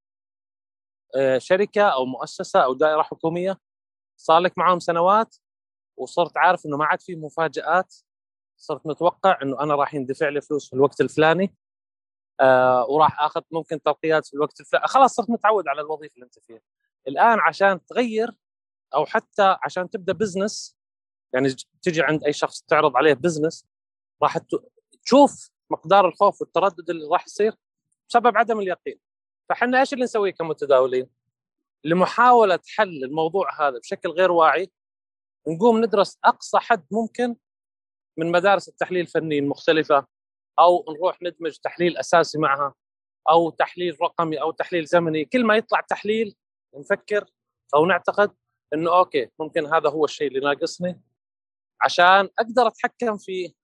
شركه او مؤسسه او دائره حكوميه صار لك معاهم سنوات، وصرت عارف انه ما عاد في مفاجآت، صرت متوقع انه انا راح يندفع لي فلوس في الوقت الفلاني، آه وراح اخذ ممكن ترقيات في الوقت الفلاني، خلاص صرت متعود على الوظيفه اللي انت فيها. الان عشان تغير او حتى عشان تبدا بزنس، يعني تجي عند اي شخص تعرض عليه بزنس، راح تشوف مقدار الخوف والتردد اللي راح يصير بسبب عدم اليقين. فحنا ايش اللي نسويه كمتداولين؟ لمحاوله حل الموضوع هذا بشكل غير واعي، نقوم ندرس اقصى حد ممكن من مدارس التحليل الفني المختلفه، او نروح ندمج تحليل اساسي معها، او تحليل رقمي او تحليل زمني. كل ما يطلع تحليل نفكر او نعتقد انه اوكي ممكن هذا هو الشيء اللي ناقصني عشان اقدر اتحكم في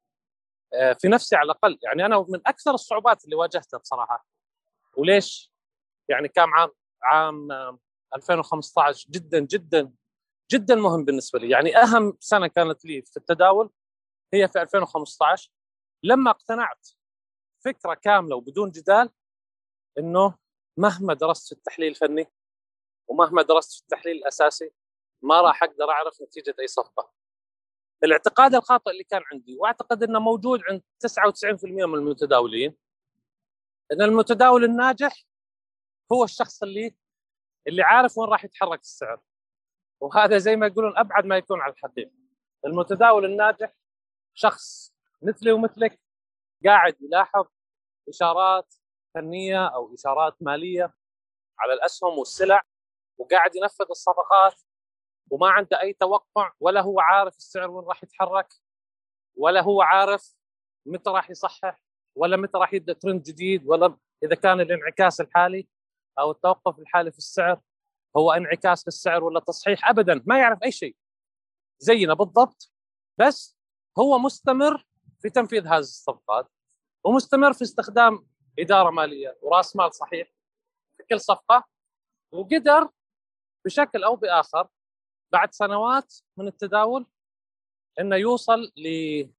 في نفسي على الاقل. يعني انا من اكثر الصعوبات اللي واجهتها بصراحه، وليش يعني كان عام عام ألفين وخمسة عشر جدا جدا جدا مهم بالنسبه لي، يعني اهم سنه كانت لي في التداول هي في ألفين وخمسة عشر، لما اقتنعت فكره كامله وبدون جدال انه مهما درست في التحليل الفني ومهما درست في التحليل الاساسي ما راح اقدر اعرف نتيجه اي صفقه. الاعتقاد الخاطئ اللي كان عندي، واعتقد انه موجود عند تسعة وتسعين بالمئة من المتداولين، ان المتداول الناجح هو الشخص اللي اللي عارف وين راح يتحرك السعر، وهذا زي ما يقولون ابعد ما يكون عن الحقيقه. المتداول الناجح شخص مثلي ومثلك قاعد يلاحظ اشارات فنيه او اشارات ماليه على الاسهم والسلع، وقاعد ينفذ الصفقات وما عنده اي توقع، ولا هو عارف السعر وين راح يتحرك، ولا هو عارف متى راح يصحح، ولا متى راح يبدا ترند جديد، ولا اذا كان الانعكاس الحالي او التوقف الحالي في السعر هو انعكاس للسعر ولا تصحيح. ابدا ما يعرف اي شيء، زينا بالضبط، بس هو مستمر في تنفيذ هذه الصفقات، ومستمر في استخدام اداره ماليه وراس مال صحيح في كل صفقه، وقدر بشكل او باخر بعد سنوات من التداول انه يوصل ل...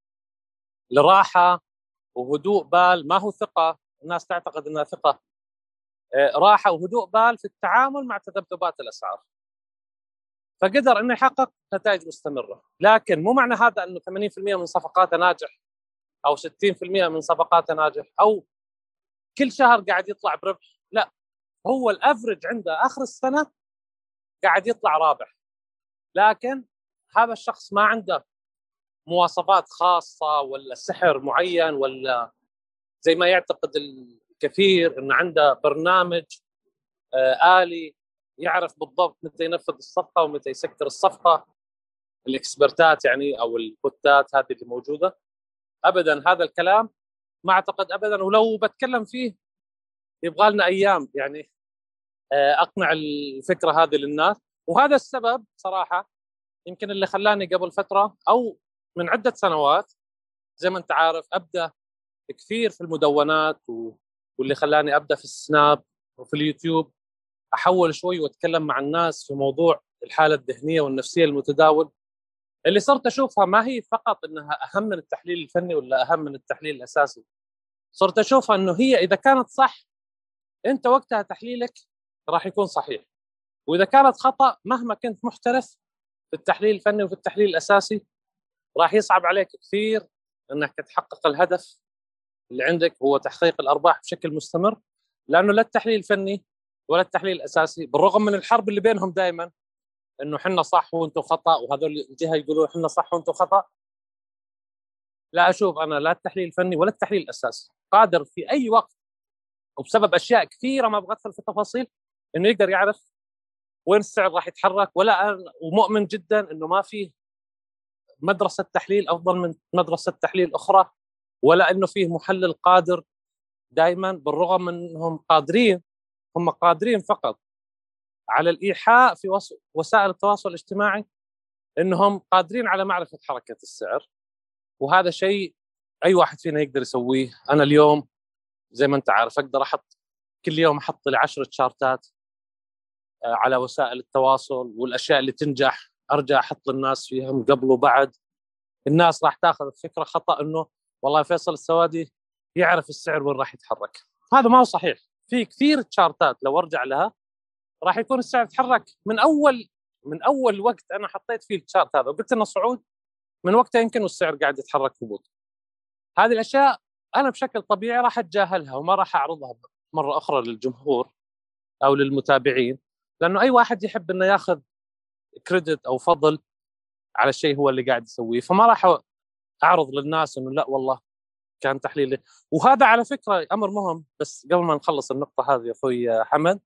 لراحه وهدوء بال. ما هو ثقه، الناس تعتقد انها ثقه، راحه وهدوء بال في التعامل مع تذبذبات الاسعار، فقدر انه يحقق نتائج مستمره. لكن مو معنى هذا انه ثمانين بالمئة من صفقاته ناجح او ستين بالمئة من صفقاته ناجح او كل شهر قاعد يطلع بربح، لا، هو الافرج عنده اخر السنه قاعد يطلع رابح، لكن هذا الشخص ما عنده مواصفات خاصه ولا سحر معين، ولا زي ما يعتقد الكثير ان عنده برنامج آه آلي يعرف بالضبط متى ينفذ الصفقه ومتى يسكر الصفقه، الاكسبرتات يعني او البوتات هذه اللي موجوده. ابدا هذا الكلام ما اعتقد ابدا، ولو بتكلم فيه يبغى لنا ايام يعني اقنع الفكره هذه للناس. وهذا السبب صراحه يمكن اللي خلاني قبل فتره او من عده سنوات زي ما انت عارف ابدا كثير في المدونات واللي خلاني أبدأ في السناب وفي اليوتيوب أحول شوي وأتكلم مع الناس في موضوع الحالة الذهنية والنفسية المتداول، اللي صرت أشوفها ما هي فقط إنها أهم من التحليل الفني ولا أهم من التحليل الأساسي. صرت أشوفها إنه هي إذا كانت صح أنت وقتها تحليلك راح يكون صحيح، وإذا كانت خطأ مهما كنت محترف في التحليل الفني وفي التحليل الأساسي راح يصعب عليك كثير إنك تحقق الهدف اللي عندك، هو تحقيق الأرباح بشكل مستمر. لأنه لا التحليل الفني ولا التحليل الأساسي، بالرغم من الحرب اللي بينهم دائما إنه حنا صح وأنتم خطأ، وهذول الجهة يقولوا حنا صح وأنتم خطأ، لا أشوف أنا لا التحليل الفني ولا التحليل الأساسي قادر في أي وقت وبسبب أشياء كثيرة ما أبغى أدخل في التفاصيل إنه يقدر يعرف وين السعر راح يتحرك. ولا أنا ومؤمن جدا إنه ما فيه مدرسة تحليل أفضل من مدرسة تحليل أخرى، ولا إنه فيه محلل قادر دائما، بالرغم من أنهم قادرين، هم قادرين فقط على الإيحاء في وسائل التواصل الاجتماعي إنهم قادرين على معرفة حركة السعر، وهذا شيء أي واحد فينا يقدر يسويه. أنا اليوم زي ما أنت عارف أقدر أحط كل يوم أحط لي عشرة شارتات على وسائل التواصل، والأشياء اللي تنجح أرجع أحط للناس فيهم قبل وبعد. الناس راح تاخذ فكرة خطأ إنه والله فيصل السوادي يعرف السعر وين راح يتحرك، هذا ما هو صحيح. في كثير تشارتات لو أرجع لها راح يكون السعر يتحرك من أول من أول وقت أنا حطيت فيه التشارت هذا وقلت إنه صعود، من وقتها يمكن والسعر قاعد يتحرك هبوط. هذه الأشياء أنا بشكل طبيعي راح أتجاهلها وما راح أعرضها مرة أخرى للجمهور أو للمتابعين، لأنه أي واحد يحب إنه ياخذ كريدت أو فضل على الشيء هو اللي قاعد يسويه، فما راح أعرض للناس إنه لا والله كان تحليلي. وهذا على فكرة أمر مهم، بس قبل ما نخلص النقطة هذه يا أخوي حمد،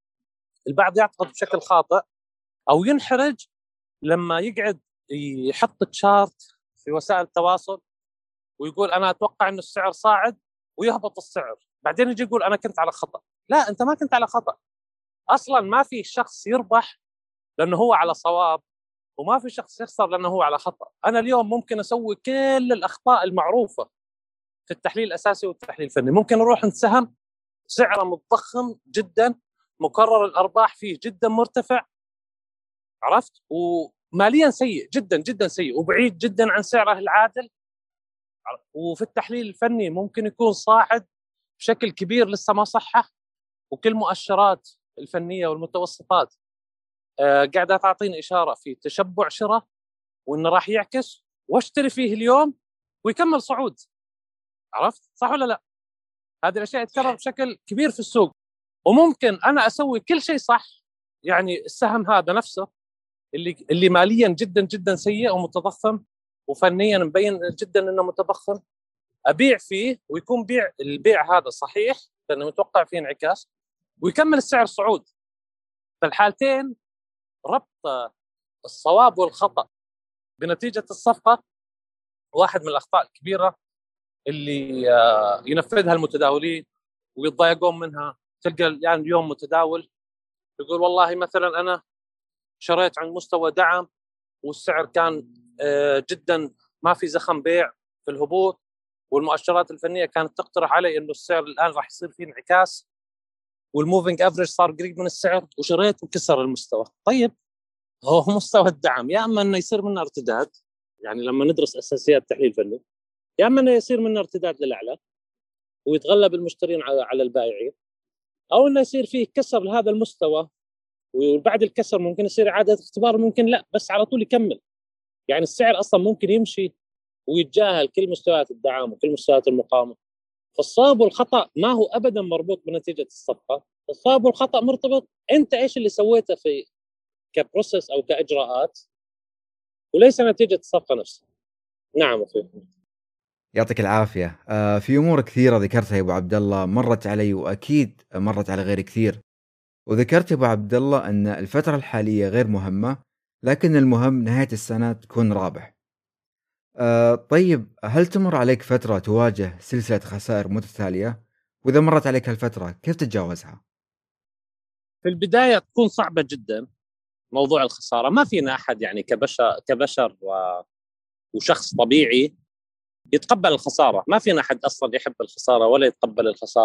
البعض يعتقد بشكل خاطئ أو ينحرج لما يقعد يحط تشارت في وسائل التواصل ويقول أنا أتوقع إنه السعر صاعد ويهبط السعر، بعدين يجي يقول أنا كنت على خطأ. لا، أنت ما كنت على خطأ أصلا. ما في شخص يربح لأنه هو على صواب، وما في شخص يخسر لأنه هو على خطأ. أنا اليوم ممكن أسوي كل الأخطاء المعروفة في التحليل الأساسي والتحليل الفني، ممكن أروح عند سهم سعره متضخم جدا، مكرر الأرباح فيه جدا مرتفع، عرفت، وماليا سيء جدا جدا سيء وبعيد جدا عن سعره العادل. وفي التحليل الفني ممكن يكون صاعد بشكل كبير لسه ما صحح، وكل مؤشرات الفنية والمتوسطات آه قاعدة تعطيني إشارة في تشبع شراء وإنه راح يعكس واشتري فيه اليوم ويكمل صعود. عرفت صح ولا لا؟ هذه الأشياء تتكرر بشكل كبير في السوق، وممكن أنا أسوي كل شيء صح، يعني السهم هذا نفسه اللي اللي ماليا جدا جدا سيء ومتضخم وفنيا مبين جدا انه متضخم، ابيع فيه ويكون بيع البيع هذا صحيح لانه متوقع فيه انعكاس ويكمل السعر صعود. في الحالتين ربط الصواب والخطأ بنتيجة الصفقة واحد من الأخطاء الكبيرة اللي ينفذها المتداولين ويتضايقون منها. تلقى يعني اليوم متداول يقول والله مثلا أنا شريت عند مستوى دعم والسعر كان جدا ما في زخم بيع في الهبوط، والمؤشرات الفنية كانت تقترح علي إنه السعر الآن راح يصير فيه انعكاس والموفينج افريج صار قريب من السعر، وشريت وكسر المستوى. طيب هو مستوى الدعم يا اما انه يصير منه ارتداد، يعني لما ندرس اساسيات تحليل فني، يا اما انه يصير منه ارتداد للاعلى ويتغلب المشترين على على البائعين، او انه يصير فيه كسر لهذا المستوى وبعد الكسر ممكن يصير اعاده اختبار، ممكن لا بس على طول يكمل. يعني السعر اصلا ممكن يمشي ويتجاهل كل مستويات الدعم وكل مستويات المقاومه. فالصواب والخطا ما هو ابدا مربوط بنتيجه الصفقه، الصواب والخطا مرتبط انت ايش اللي سويته في كبروسيس او كاجراءات، وليس نتيجه الصفقه نفسها. نعم اخوي. يعطيك العافيه. آه في امور كثيره ذكرتها يا ابو عبد الله مرت علي واكيد مرت على غير كثير، وذكرت يا ابو عبد الله ان الفتره الحاليه غير مهمه، لكن المهم نهايه السنه تكون رابح. آه طيب هل تمر عليك فتره تواجه سلسله خسائر متتاليه؟ واذا مرت عليك هالفتره كيف تتجاوزها؟ في البدايه تكون صعبه جدا موضوع الخساره، ما فينا احد يعني كبشر كبشر و... وشخص طبيعي يتقبل الخساره، ما فينا احد اصلا يحب الخساره ولا يتقبل الخساره.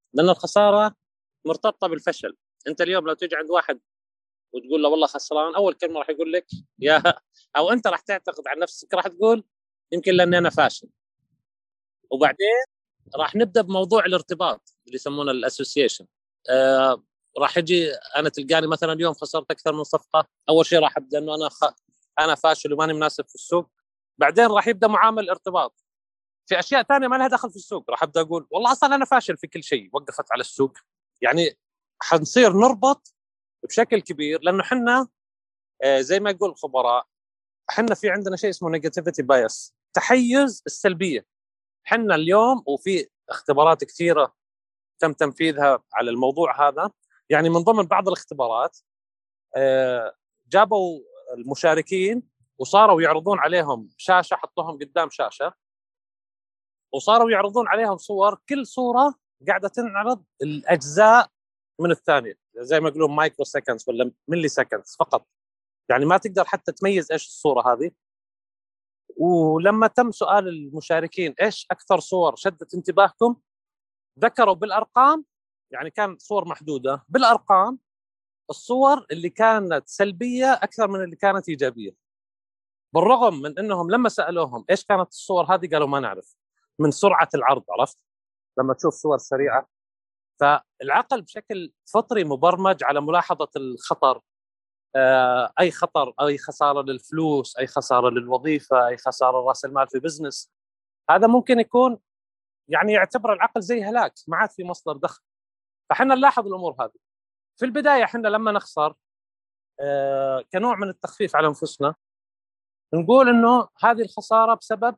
لأن الخسارة مرتبطة بالفشل. أنت اليوم لو تيجي عند واحد وتقول له والله خسران، أول كلمة راح يقول لك يا أو أنت راح تعتقد عن نفسك راح تقول يمكن لأني أنا فاشل. وبعدين راح نبدأ بموضوع الارتباط اللي يسمونه الأسوسيشن. آه راح يجي أنا تلقاني مثلا اليوم خسرت أكثر من صفقة، أول شيء راح أبدأ إنه أنا خ... أنا فاشل وماني مناسب في السوق. بعدين راح يبدأ معامل ارتباط في اشياء ثانيه ما لها دخل في السوق، راح ابدا اقول والله اصلا انا فاشل في كل شيء، وقفت على السوق. يعني حنصير نربط بشكل كبير، لانه احنا زي ما يقول الخبراء احنا في عندنا شيء اسمه نيجاتيفيتي بايس، تحيز السلبيه. احنا اليوم وفي اختبارات كثيره تم تنفيذها على الموضوع هذا. يعني من ضمن بعض الاختبارات جابوا المشاركين وصاروا يعرضون عليهم شاشه، حطوهم قدام شاشه وصاروا يعرضون عليهم صور، كل صورة قاعدة تنعرض الأجزاء من الثانية، زي ما يقولون مايكرو سكندز ولا ملي سكندز فقط. يعني ما تقدر حتى تميز إيش الصورة هذه. ولما تم سؤال المشاركين إيش أكثر صور شدت انتباهكم، ذكروا بالأرقام، يعني كان صور محدودة بالأرقام، الصور اللي كانت سلبية أكثر من اللي كانت إيجابية. بالرغم من أنهم لما سألوهم إيش كانت الصور هذه قالوا ما نعرف، من سرعة العرض. عرفت لما تشوف صور سريعة؟ فالعقل بشكل فطري مبرمج على ملاحظة الخطر. آه أي خطر، أي خسارة للفلوس، أي خسارة للوظيفة، أي خسارة رأس المال في بزنس، هذا ممكن يكون يعني يعتبر العقل زي هلاك، ما عاد في مصدر دخل. فحنا نلاحظ الأمور هذه في البداية. حنا لما نخسر آه كنوع من التخفيف على أنفسنا نقول إنه هذه الخسارة بسبب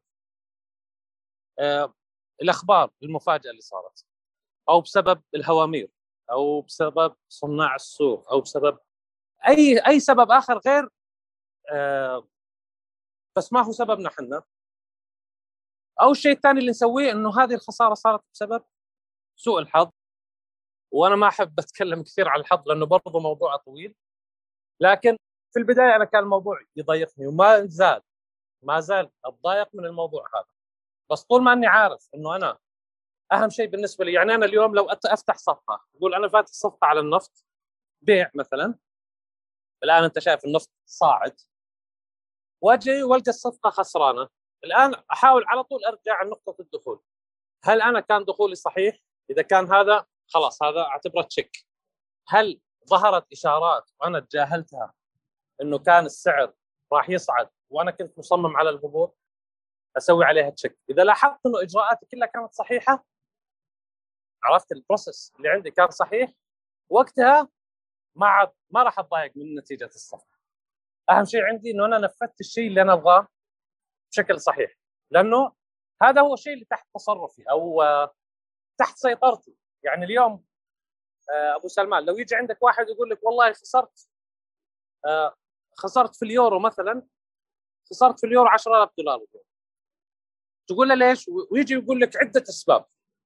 آه الأخبار المفاجئة اللي صارت، أو بسبب الهوامير، أو بسبب صناع السوق، أو بسبب أي أي سبب آخر غير آه بس ما هو سببنا حنا. أو الشيء الثاني اللي نسويه إنه هذه الخسارة صارت بسبب سوء الحظ. وأنا ما أحب أتكلم كثير عن الحظ لأنه برضه موضوع طويل، لكن في البداية أنا كان الموضوع يضايقني وما زال ما زال أتضايق من الموضوع هذا. بس طول ما أني عارف إنه أنا أهم شيء بالنسبة لي، يعني أنا اليوم لو أفتح صفحة أقول أنا فاتح صفحة على النفط بيع مثلا، الآن أنت شايف النفط صاعد، واجي والقى الصفقة خسرانة، الآن أحاول على طول أرجع عن نقطة الدخول. هل أنا كان دخولي صحيح؟ إذا كان هذا خلاص هذا أعتبره تشيك. هل ظهرت إشارات وأنا تجاهلتها إنه كان السعر راح يصعد وأنا كنت مصمم على الهبوط، أسوي عليها تشيك. إذا لاحظت إنه إجراءاتي كلها كانت صحيحة، عرفت البروسيس اللي عندي كان صحيح، وقتها ما عاد ما راح أتضايق من نتيجة الصفقة. أهم شيء عندي إنه أنا نفذت الشيء اللي أنا أبغاه بشكل صحيح، لأنه هذا هو الشيء اللي تحت تصرفي أو تحت سيطرتي. يعني اليوم أبو سلمان لو يجي عندك واحد يقول لك والله خسرت خسرت في اليورو مثلا، خسرت في اليورو عشرة آلاف دولار، تقول له ليش؟ ويجي يقول لك عدة أسباب.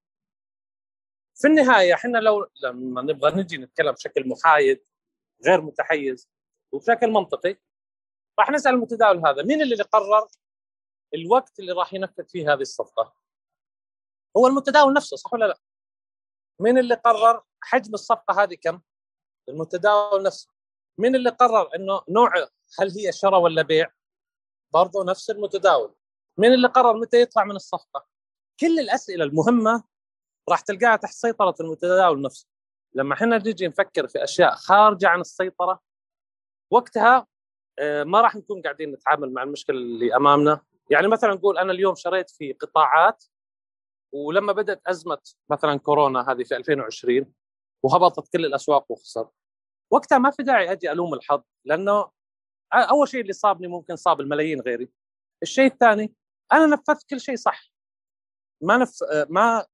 في النهاية احنا لو لما نبغى نجي نتكلم بشكل محايد غير متحيز وبشكل منطقي، راح نسأل المتداول هذا مين اللي قرر الوقت اللي راح ينفذ فيه هذه الصفقة؟ هو المتداول نفسه، صح ولا لا؟ مين اللي قرر حجم الصفقة هذه كم؟ المتداول نفسه. مين اللي قرر انه نوع، هل هي شراء ولا بيع؟ برضه نفس المتداول. مين اللي قرر متى يطلع من الصفقة؟ كل الأسئلة المهمة راح تلقاها تحت سيطرة المتداول نفسه. لما احنا نجي نفكر في أشياء خارجة عن السيطرة، وقتها ما راح نكون قاعدين نتعامل مع المشكلة اللي أمامنا. يعني مثلا نقول أنا اليوم شريت في قطاعات، ولما بدأت أزمة مثلا كورونا هذه في ألفين وعشرين وهبطت كل الأسواق وخسر، وقتها ما في داعي أجي ألوم الحظ، لأنه أول شيء اللي صابني ممكن صاب الملايين غيري. الشيء الثاني أنا نفذت كل شيء صح. ما نف... ما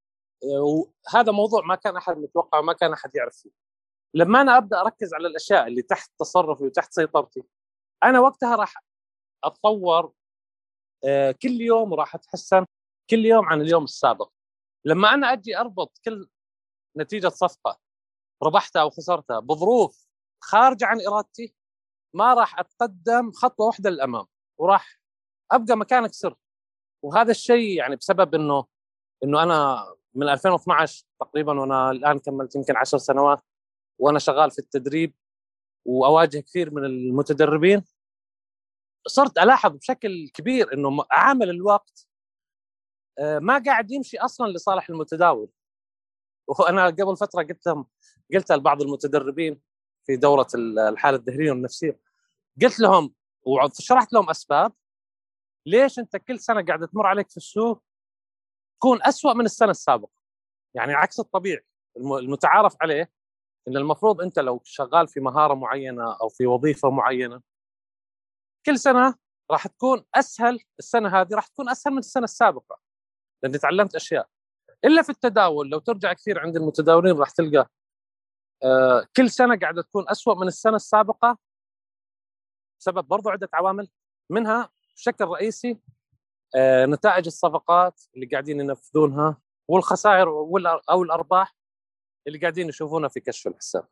هذا موضوع ما كان أحد متوقع وما كان أحد يعرف فيه. لما أنا أبدأ أركز على الأشياء اللي تحت تصرفي وتحت سيطرتي، أنا وقتها راح أتطور كل يوم وراح أتحسن كل يوم عن اليوم السابق. لما أنا أجي أربط كل نتيجة صفقة ربحتها أو خسرتها بظروف خارجة عن إرادتي، ما راح أتقدم خطوة واحدة للأمام وراح أبقى مكانك سر. وهذا الشيء يعني بسبب إنه إنه أنا من ألفين واثناشر تقريبا، وانا الان كملت يمكن عشر سنوات وانا شغال في التدريب واواجه كثير من المتدربين. صرت الاحظ بشكل كبير انه عامل الوقت ما قاعد يمشي اصلا لصالح المتداول. وانا قبل فتره قلت لهم قلت لبعض المتدربين في دوره الحاله الذهنيه والنفسيه، قلت لهم وشرحت لهم اسباب ليش انت كل سنه قاعد تمر عليك في السوق تكون أسوأ من السنه السابقه. يعني عكس الطبيعي المتعارف عليه، ان المفروض انت لو شغال في مهاره معينه او في وظيفه معينه كل سنه راح تكون اسهل، السنه هذه راح تكون اسهل من السنه السابقه لاني تعلمت اشياء. الا في التداول لو ترجع كثير عند المتداولين راح تلقى آه كل سنه قاعده تكون أسوأ من السنه السابقه بسبب برضو عده عوامل، منها بشكل رئيسي آه نتائج الصفقات اللي قاعدين ينفذونها والخسائر او الارباح اللي قاعدين يشوفونها في كشف الحساب.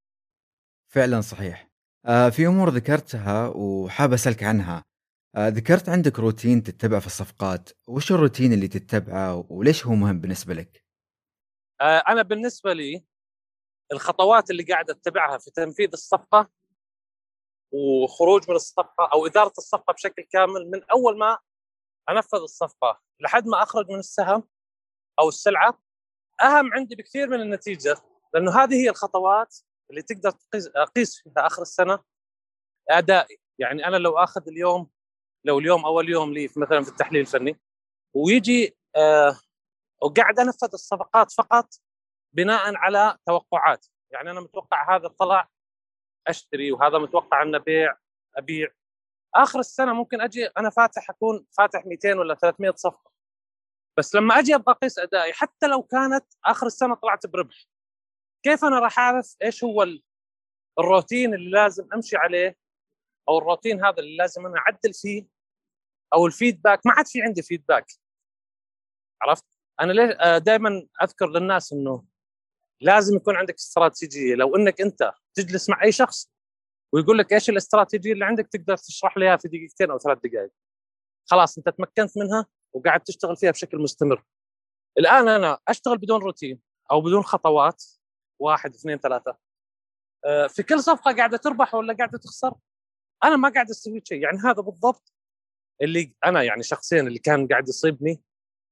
فعلا صحيح. آه في امور ذكرتها وحاب اسالك عنها. آه ذكرت عندك روتين تتبع في الصفقات، وش الروتين اللي تتبعه وليش هو مهم بالنسبه لك؟ آه انا بالنسبه لي الخطوات اللي قاعد اتبعها في تنفيذ الصفقه وخروج من الصفقه او اداره الصفقه بشكل كامل، من اول ما انفذ الصفقه لحد ما اخرج من السهم او السلعه، اهم عندي بكثير من النتيجه، لانه هذه هي الخطوات اللي تقدر تقيس فيها اخر السنه ادائي. يعني انا لو اخذ اليوم لو اليوم اول يوم لي مثلا في التحليل الفني ويجي آه وقاعد انفذ الصفقات فقط بناء على توقعات، يعني انا متوقع هذا طلع اشتري وهذا متوقع انه بيع ابيع، اخر السنه ممكن اجي انا فاتح اكون فاتح مئتين ولا ثلاثمئة صفقه، بس لما اجي ابغى اقيس ادائي حتى لو كانت اخر السنه طلعت بربح، كيف انا راح اعرف ايش هو الروتين اللي لازم امشي عليه، او الروتين هذا اللي لازم انا اعدل فيه، او الفيدباك؟ ما عاد في عندي فيدباك. عرفت؟ انا ليش دائما اذكر للناس انه لازم يكون عندك استراتيجيه. لو انك انت تجلس مع اي شخص ويقول لك ايش الاستراتيجيه اللي عندك تقدر تشرح لي اياها في دقيقتين او ثلاث دقائق، خلاص انت تمكنت منها وقاعد تشتغل فيها بشكل مستمر. الان انا اشتغل بدون روتين او بدون خطوات، واحد اثنين ثلاثه، في كل صفقه قاعده تربح ولا قاعده تخسر، انا ما قاعد اسوي شيء. يعني هذا بالضبط اللي انا يعني شخصيا اللي كان قاعد يصيبني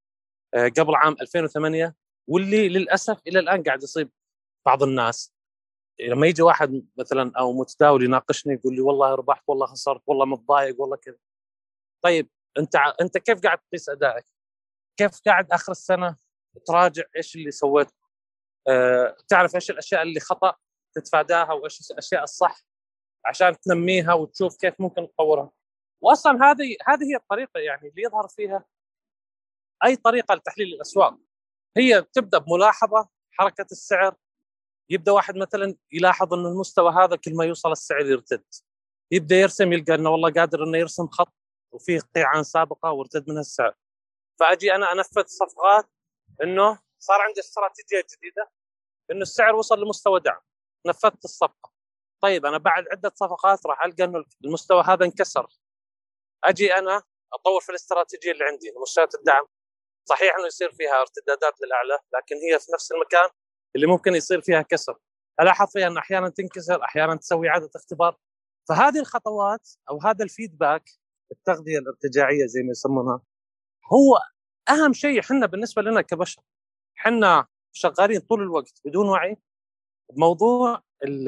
قبل عام ألفين وثمانية، واللي للاسف الى الان قاعد يصيب بعض الناس. لما يجي واحد مثلا او متداول يناقشني يقول لي والله ربحت والله خسرت والله متضايق والله كذا، طيب انت انت كيف قاعد تقيس ادائك؟ كيف قاعد اخر السنه تراجع ايش اللي سويته؟ أه تعرف ايش الاشياء اللي خطا تتفاداها وايش الاشياء الصح عشان تنميها وتشوف كيف ممكن تطورها. واصلا هذه هذه هي الطريقه يعني اللي يظهر فيها اي طريقه لتحليل الاسواق، هي تبدا بملاحظه حركه السعر. يبدا واحد مثلا يلاحظ انه المستوى هذا كل ما يوصل السعر يرتد، يبدا يرسم يلقى انه والله قادر انه يرسم خط وفيه قيعان سابقه وارتد منها السعر، فاجي انا انفذ صفقات انه صار عندي استراتيجيه جديده انه السعر وصل لمستوى دعم، نفذت الصفقه. طيب انا بعد عده صفقات راح القى انه المستوى هذا انكسر، اجي انا اطور في الاستراتيجيه اللي عندي مستويات الدعم، صحيح انه يصير فيها ارتدادات للاعلى لكن هي في نفس المكان اللي ممكن يصير فيها كسر، الاحظ فيها ان احيانا تنكسر احيانا تسوي اعاده اختبار. فهذه الخطوات او هذا الفيدباك، التغذيه الارتجاعيه زي ما يسمونها، هو اهم شيء. احنا بالنسبه لنا كبشر احنا شغالين طول الوقت بدون وعي بموضوع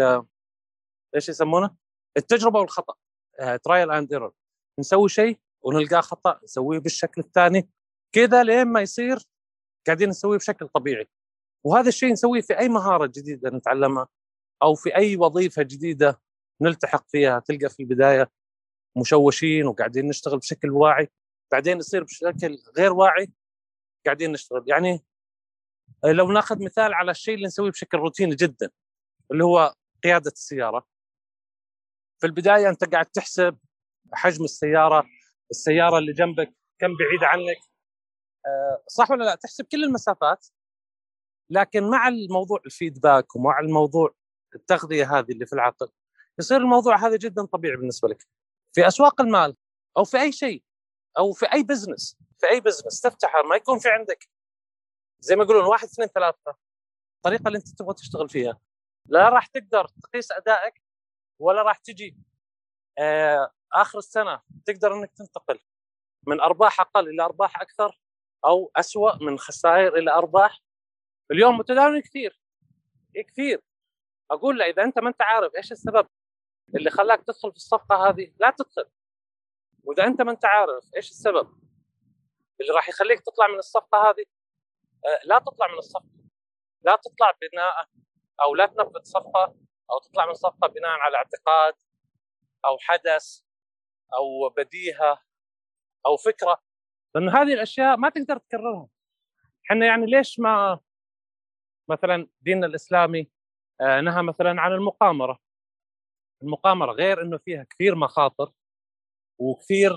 ايش يسمونه التجربه والخطا، ترايل اند ايرور، نسوي شيء ونلقاه خطا نسويه بالشكل الثاني كذا لين ما يصير قاعدين نسويه بشكل طبيعي. وهذا الشيء نسويه في اي مهاره جديده نتعلمها او في اي وظيفه جديده نلتحق فيها. تلقى في البدايه مشوشين وقاعدين نشتغل بشكل واعي، بعدين يصير بشكل غير واعي قاعدين نشتغل. يعني لو ناخذ مثال على الشيء اللي نسويه بشكل روتيني جدا اللي هو قياده السياره، في البدايه انت قاعد تحسب حجم السياره، السياره اللي جنبك كم بعيده عنك، أه صح ولا لا؟ تحسب كل المسافات. لكن مع الموضوع الفيدباك ومع الموضوع التغذيه هذه اللي في العقل يصير الموضوع هذا جدا طبيعي بالنسبه لك. في اسواق المال او في اي شيء او في اي بزنس، في اي بزنس تفتحه ما يكون في عندك زي ما يقولون واحد اثنين ثلاثة، الطريقة اللي أنت تبغى تشتغل فيها لا راح تقدر تقيس أدائك، ولا راح تجي آه آخر السنة تقدر أنك تنتقل من أرباح أقل إلى أرباح أكثر، أو أسوأ من خسائر إلى أرباح. اليوم متداولين كثير كثير. أقول له إذا أنت ما أنت عارف إيش السبب اللي خلاك تدخل في الصفقة هذه لا تدخل، وإذا أنت ما أنت عارف إيش السبب اللي راح يخليك تطلع من الصفقة هذه آه لا تطلع من الصفقة. لا تطلع بناء أو لا تنفذ صفقة أو تطلع من صفقة بناء على اعتقاد أو حدث أو بديهة أو فكرة، لأنه هذه الأشياء ما تقدر تكررها. حنا يعني ليش ما مثلا ديننا الإسلامي نهى مثلا عن المقامرة؟ المقامرة غير أنه فيها كثير مخاطر وكثير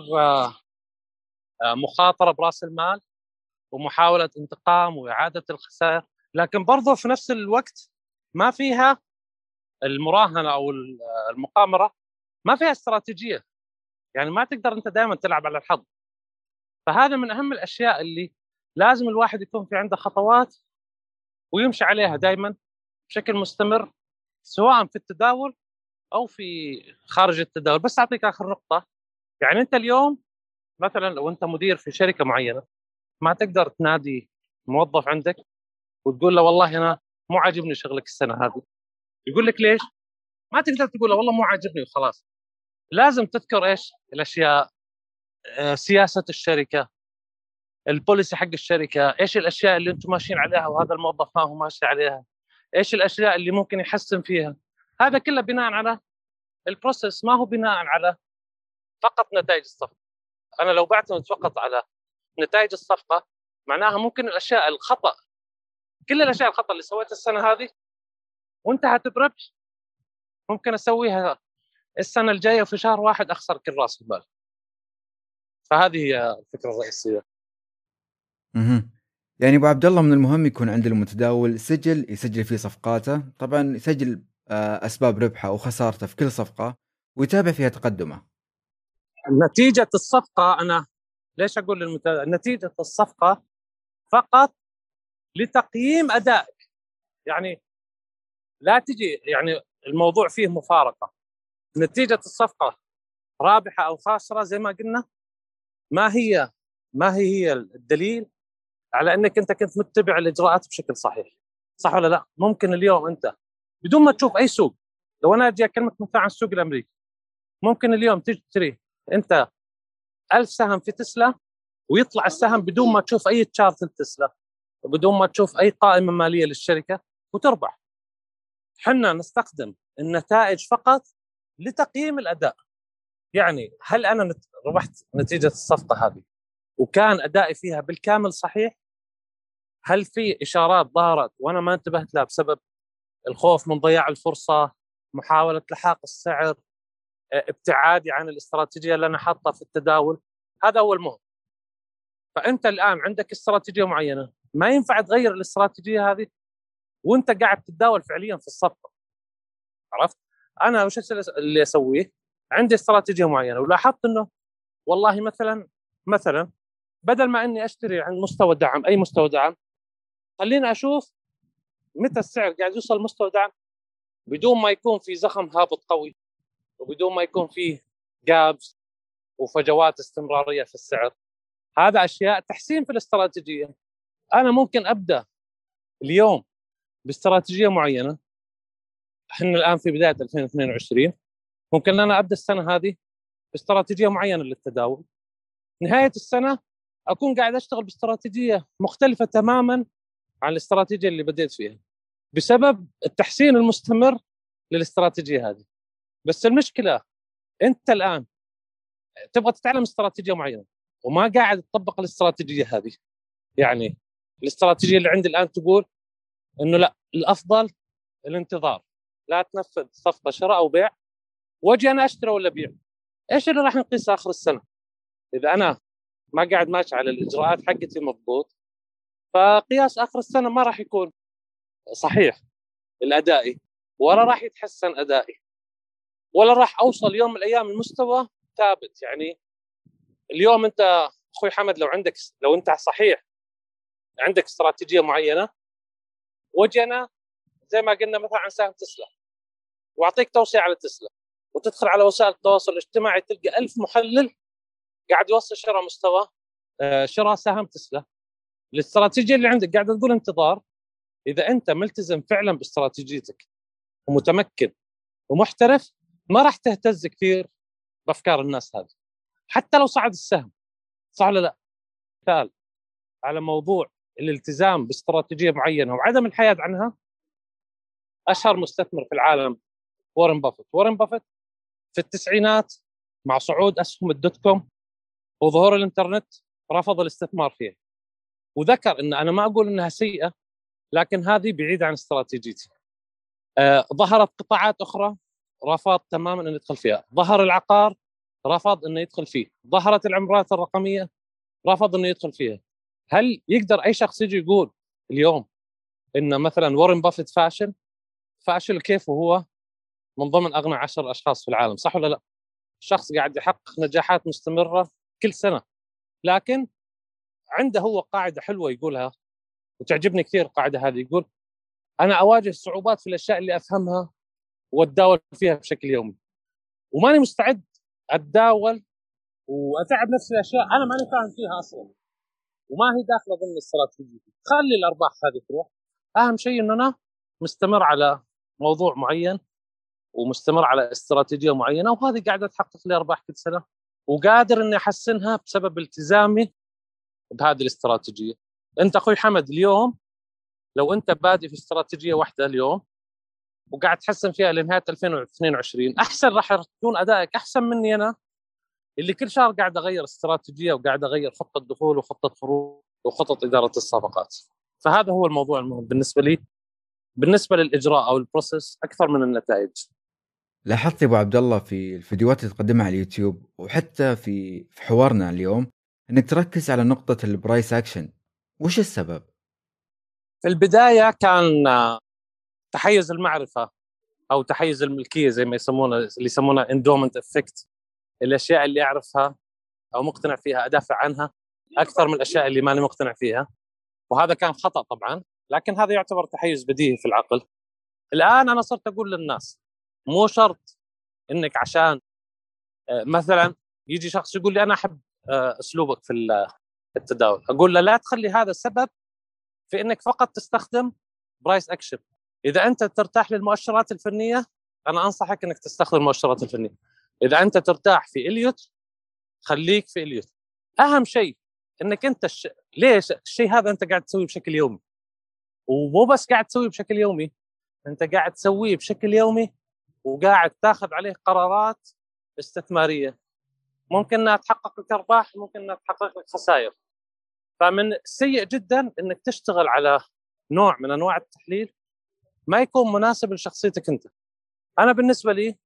مخاطرة برأس المال ومحاولة انتقام وإعادة الخسائر، لكن برضو في نفس الوقت ما فيها المراهنة أو المقامرة، ما فيها استراتيجية. يعني ما تقدر أنت دائما تلعب على الحظ. فهذا من أهم الأشياء اللي لازم الواحد يكون في عنده خطوات ويمشي عليها دائما بشكل مستمر، سواء في التداول أو في خارج التداول. بس أعطيك آخر نقطة، يعني أنت اليوم مثلا لو أنت مدير في شركة معينة ما تقدر تنادي موظف عندك وتقول له والله أنا مو عاجبني شغلك السنة هذه، يقول لك ليش؟ ما تقدر تقول له والله مو عاجبني وخلاص. لازم تذكر إيش الأشياء، آه، سياسة الشركة، البوليسي حق الشركة، إيش الأشياء اللي أنتم ماشيين عليها وهذا الموظف ما هو ماشي عليها، إيش الأشياء اللي ممكن يحسن فيها. هذا كله بناء على البروسيس، ما هو بناء على فقط نتائج الصفقة. أنا لو بعتمد فقط على نتائج الصفقة معناها ممكن الأشياء الخطأ، كل الأشياء الخطأ اللي سويتها السنة هذه وانتهت بربح ممكن أسويها السنة الجاية وفي شهر واحد أخسر كل رأس المال. فهذه هي الفكرة الرئيسية. اها يعني ابو عبد الله من المهم يكون عند المتداول سجل يسجل فيه صفقاته، طبعا يسجل اسباب ربحه وخسارته في كل صفقه ويتابع فيها تقدمه. نتيجة الصفقة، أنا ليش أقول للمتابع نتيجة الصفقة فقط لتقييم أدائك، يعني لا تجي يعني الموضوع فيه مفارقة. نتيجة الصفقة رابحة أو خاسرة زي ما قلنا ما هي ما هي هي الدليل على أنك أنت كنت متبع الإجراءات بشكل صحيح، صح ولا لا؟ ممكن اليوم أنت بدون ما تشوف أي سوق، لو أنا أجي أكلمك مثلا عن السوق الأمريكي، ممكن اليوم تشتري أنت ألف سهم في تسلا ويطلع السهم بدون ما تشوف أي تشارت لتسلا وبدون ما تشوف أي قائمة مالية للشركة وتربح. حنا نستخدم النتائج فقط لتقييم الأداء. يعني هل أنا نت... ربحت نتيجة الصفقة هذه وكان أدائي فيها بالكامل صحيح؟ هل في إشارات ظهرت وأنا ما انتبهت لها بسبب الخوف من ضياع الفرصة، محاولة لحاق السعر، ابتعادي عن الاستراتيجية اللي أنا حاطها في التداول؟ هذا هو المهم. فأنت الآن عندك استراتيجية معينة، ما ينفع تغير الاستراتيجية هذه وأنت قاعد تتداول فعليا في الصفقة. عرفت؟ أنا وش اللي أسويه؟ عندي استراتيجية معينة ولاحظت أنه والله مثلا مثلا بدل ما أني أشتري عند مستوى دعم، أي مستوى دعم، خليني أشوف متى السعر قاعد يوصل مستوى دعم بدون ما يكون في زخم هابط قوي وبدون ما يكون فيه جابس وفجوات استمرارية في السعر. هذا أشياء تحسين في الاستراتيجية. أنا ممكن أبدأ اليوم باستراتيجية معينة، احنا الآن في بداية ألفين واثنين وعشرين، ممكن أنا أبدأ السنة هذه باستراتيجية معينة للتداول، نهاية السنة أكون قاعد أشتغل باستراتيجية مختلفة تماما عن الاستراتيجية اللي بديت فيها بسبب التحسين المستمر للاستراتيجية هذه. بس المشكلة أنت الآن تبغى تتعلم استراتيجية معينة وما قاعد تطبق الاستراتيجية هذه. يعني الاستراتيجية اللي عندي الآن تقول إنه لا، الأفضل الانتظار، لا تنفذ صفقة شراء أو بيع واجي أنا أشتري ولا بيع. إيش اللي راح نقيس آخر السنة؟ إذا أنا ما قاعد ماشي على الإجراءات حقتي مضبوط، فقياس آخر السنة ما راح يكون صحيح الأدائي، ولا راح يتحسن أدائي، ولا راح أوصل يوم من الأيام المستوى ثابت. يعني اليوم أنت أخوي حمد لو عندك، لو أنت صحيح عندك استراتيجيه معينه، وجينا زي ما قلنا مثلا عن سهم تسلا، واعطيك توصيه على تسلا، وتدخل على وسائل التواصل الاجتماعي تلقى ألف محلل قاعد يوصل شراء مستوى شراء سهم تسلا. الاستراتيجيه اللي عندك قاعد تقول انتظار. اذا انت ملتزم فعلا باستراتيجيتك ومتمكن ومحترف، ما راح تهتز كثير بافكار الناس هذه حتى لو صعد السهم، صح ولا لا؟ مثال على موضوع الالتزام باستراتيجيه معينه وعدم الحياد عنها، اشهر مستثمر في العالم وارن بافيت. وارن بافيت في التسعينات مع صعود اسهم الدوت كوم وظهور الانترنت رفض الاستثمار فيها، وذكر ان انا ما اقول انها سيئه، لكن هذه بعيده عن استراتيجيتي. آه، ظهرت قطاعات اخرى رفض تماما انه يدخل فيها. ظهر العقار رفض انه يدخل فيه. ظهرت العملات الرقميه رفض انه يدخل فيها. هل يقدر اي شخص يجي يقول اليوم ان مثلا وارن بافيت فاشل؟ فاشل كيف وهو من ضمن اغنى عشر اشخاص في العالم، صح ولا لا؟ شخص قاعد يحقق نجاحات مستمره كل سنه، لكن عنده هو قاعده حلوه يقولها وتعجبني كثير القاعده هذه. يقول انا اواجه صعوبات في الاشياء اللي افهمها واتداول فيها بشكل يومي، وماني مستعد اتداول واتعب نفسي اشياء انا ماني فاهم فيها اصلا وما هي داخله ضمن الاستراتيجيه. خلي الارباح هذه تروح، اهم شيء ان انا مستمر على موضوع معين ومستمر على استراتيجيه معينه، وهذه قاعده تحقق لي ارباح كل سنه، وقادر اني احسنها بسبب التزامي بهذه الاستراتيجيه. انت اخوي حمد اليوم لو انت بادئ في استراتيجيه واحده اليوم وقاعد تحسن فيها لنهايه ألفين واثنين وعشرين، احسن راح يكون ادائك احسن مني انا اللي كل شهر قاعد اغير استراتيجيه وقاعد اغير خطه دخول وخطه خروج وخطط اداره الصفقات. فهذا هو الموضوع المهم بالنسبه لي، بالنسبه للاجراء او البروسيس اكثر من النتائج. لاحظت يا ابو عبد الله في الفيديوهات اللي تقدمها على اليوتيوب وحتى في في حوارنا اليوم انك تركز على نقطة البرايس اكشن، وش السبب؟ في البدايه كان تحيز المعرفه او تحيز الملكيه زي ما يسمونه، اللي يسمونها اندومنت افكت. الاشياء اللي اعرفها او مقتنع فيها ادافع عنها اكثر من الاشياء اللي ماني مقتنع فيها، وهذا كان خطا طبعا، لكن هذا يعتبر تحيز بديهي في العقل. الان انا صرت اقول للناس مو شرط انك عشان مثلا يجي شخص يقول لي انا احب اسلوبك في التداول، اقول له لا تخلي هذا السبب في انك فقط تستخدم برايس اكشن. اذا انت ترتاح للمؤشرات الفنيه انا انصحك انك تستخدم المؤشرات الفنيه. اذا انت ترتاح في اليوت خليك في اليوت. اهم شيء انك انت الش... ليش الشيء هذا انت قاعد تسويه بشكل يومي، ومو بس قاعد تسويه بشكل يومي، انت قاعد تسويه بشكل يومي وقاعد تاخذ عليه قرارات استثماريه ممكن انها تحقق لك ارباح، ممكن انها تحقق لك خسائر. فمن السيء جدا انك تشتغل على نوع من انواع التحليل ما يكون مناسب لشخصيتك انت. انا بالنسبه لي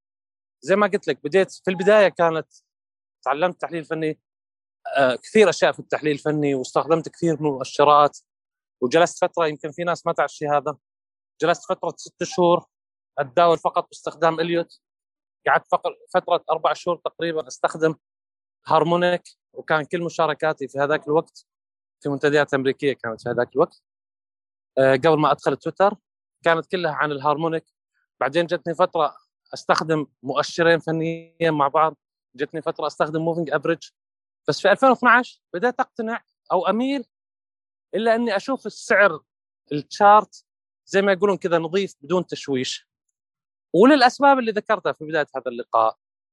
زي ما قلت لك بديت في البدايه كانت تعلمت تحليل فني، آه كثير اشياء في التحليل الفني واستخدمت كثير من المؤشرات، وجلست فتره يمكن في ناس ما تعرف الشيء هذا، جلست فتره ست شهور اتداول فقط باستخدام اليوت. قعدت فتره اربع شهور تقريبا استخدم هارمونيك، وكان كل مشاركاتي في هذاك الوقت في منتديات امريكيه كانت في هذاك الوقت. أه قبل ما ادخل تويتر كانت كلها عن الهارمونيك. بعدين جتني فتره استخدم مؤشرين فنيين مع بعض، جتني فتره استخدم موفينج افريج. بس في ألفين واثناشر بدأت اقتنع او اميل الا اني اشوف السعر الشارت زي ما يقولون كذا نظيف بدون تشويش. وللاسباب اللي ذكرتها في بدايه هذا اللقاء،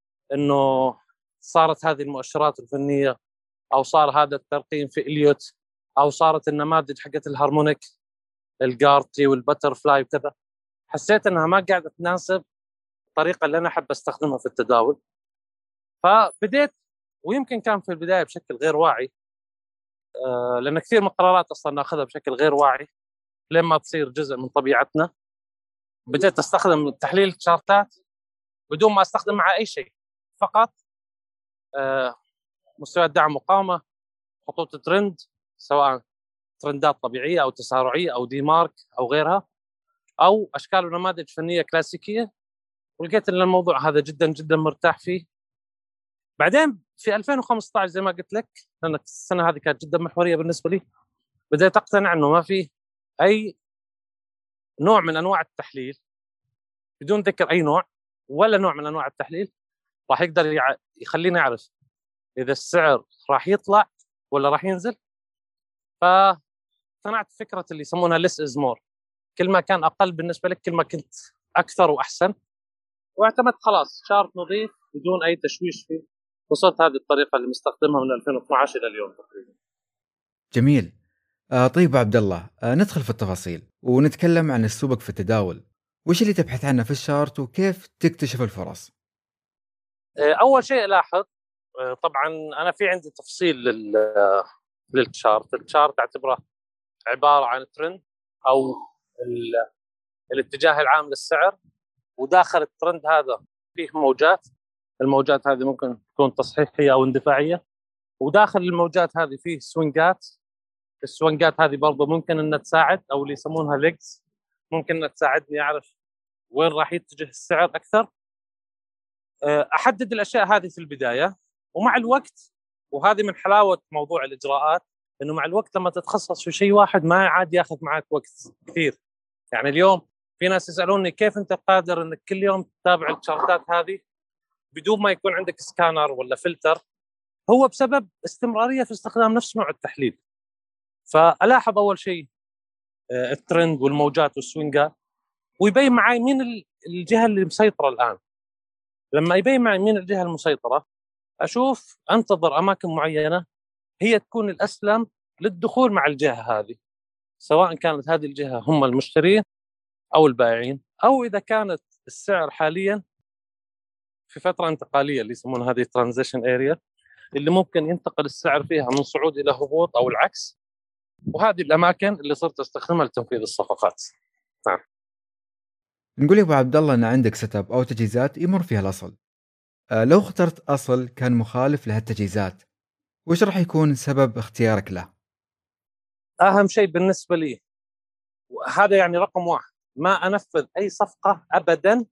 انه صارت هذه المؤشرات الفنيه او صار هذا الترقيم في اليوت او صارت النماذج حقت الهارمونيك الجارتي والبترفلاي وكذا، حسيت انها ما قاعده تناسب الطريقه اللي انا احب استخدمها في التداول. فبديت، ويمكن كان في البدايه بشكل غير واعي، آه لان كثير من القرارات اصلا ناخذها بشكل غير واعي لما تصير جزء من طبيعتنا. بديت استخدم تحليل الشارتات بدون ما استخدم معها اي شيء، فقط آه مستويات دعم مقاومه، خطوط ترند سواء ترندات طبيعيه او تسارعيه او دي مارك او غيرها، او اشكال ونماذج فنيه كلاسيكيه، ولقيت ان الموضوع هذا جدا جدا مرتاح فيه. بعدين في ألفين وخمسة عشر زي ما قلت لك، لان السنه هذه كانت جدا محوريه بالنسبه لي، بديت أقتنع أنه ما في أي نوع من أنواع التحليل بدون ذكر أي نوع ولا نوع من أنواع التحليل راح يقدر يع... يخليني أعرف إذا السعر راح يطلع ولا راح ينزل. فاقتنعت فكرة اللي يسمونها less is more، كل ما كان أقل بالنسبة لك كل ما كنت أكثر وأحسن، واعتمدت خلاص شارت نظيف بدون أي تشويش فيه. وصلت هذه الطريقة اللي مستخدمها من ألفين واثني عشر إلى اليوم تقريبا. جميل. آه طيب عبد الله، آه ندخل في التفاصيل ونتكلم عن أسلوبك في التداول. وش اللي تبحث عنه في الشارت وكيف تكتشف الفرص؟ أول شيء ألاحظ، طبعا أنا في عندي تفصيل للشارت. الشارت أعتبره عبارة عن ترند أو الاتجاه العام للسعر، وداخل الترند هذا فيه موجات. الموجات هذه ممكن تكون تصحيحية أو اندفاعية، وداخل الموجات هذه فيه سوينجات. السوينجات هذه برضو ممكن أن تساعد، أو اللي يسمونها ليجز، ممكن أن تساعدني أعرف وين راح يتجه السعر أكثر. أحدد الأشياء هذه في البداية، ومع الوقت، وهذه من حلاوة موضوع الإجراءات، إنه مع الوقت لما تتخصص في شيء واحد ما عاد ياخذ معك وقت كثير. يعني اليوم في ناس يسألوني كيف أنت قادر إنك كل يوم تتابع الشارتات هذه بدون ما يكون عندك سكانر ولا فلتر؟ هو بسبب استمرارية في استخدام نفس نوع التحليل. فألاحظ أول شيء الترند والموجات والسوينجات، ويبين معي مين الجهة اللي مسيطرة الآن. لما يبين معي مين الجهة المسيطرة، أشوف أنتظر أماكن معينة هي تكون الأسلم للدخول مع الجهة هذه، سواء كانت هذه الجهة هم المشترين أو البائعين، أو إذا كانت السعر حاليا في فترة انتقالية اللي يسمونها هذه transition area، اللي ممكن ينتقل السعر فيها من صعود إلى هبوط أو العكس. وهذه الأماكن اللي صرت أستخدمها لتنفيذ الصفقات. نعم. نقول يا أبو عبد الله أن عندك سيت اب أو تجهيزات يمر فيها الأصل. أه لو اخترت أصل كان مخالف لهالتجهيزات، وش راح يكون سبب اختيارك له؟ أهم شيء بالنسبة لي، هذا يعني رقم واحد، ما أنفذ أي صفقة أبدا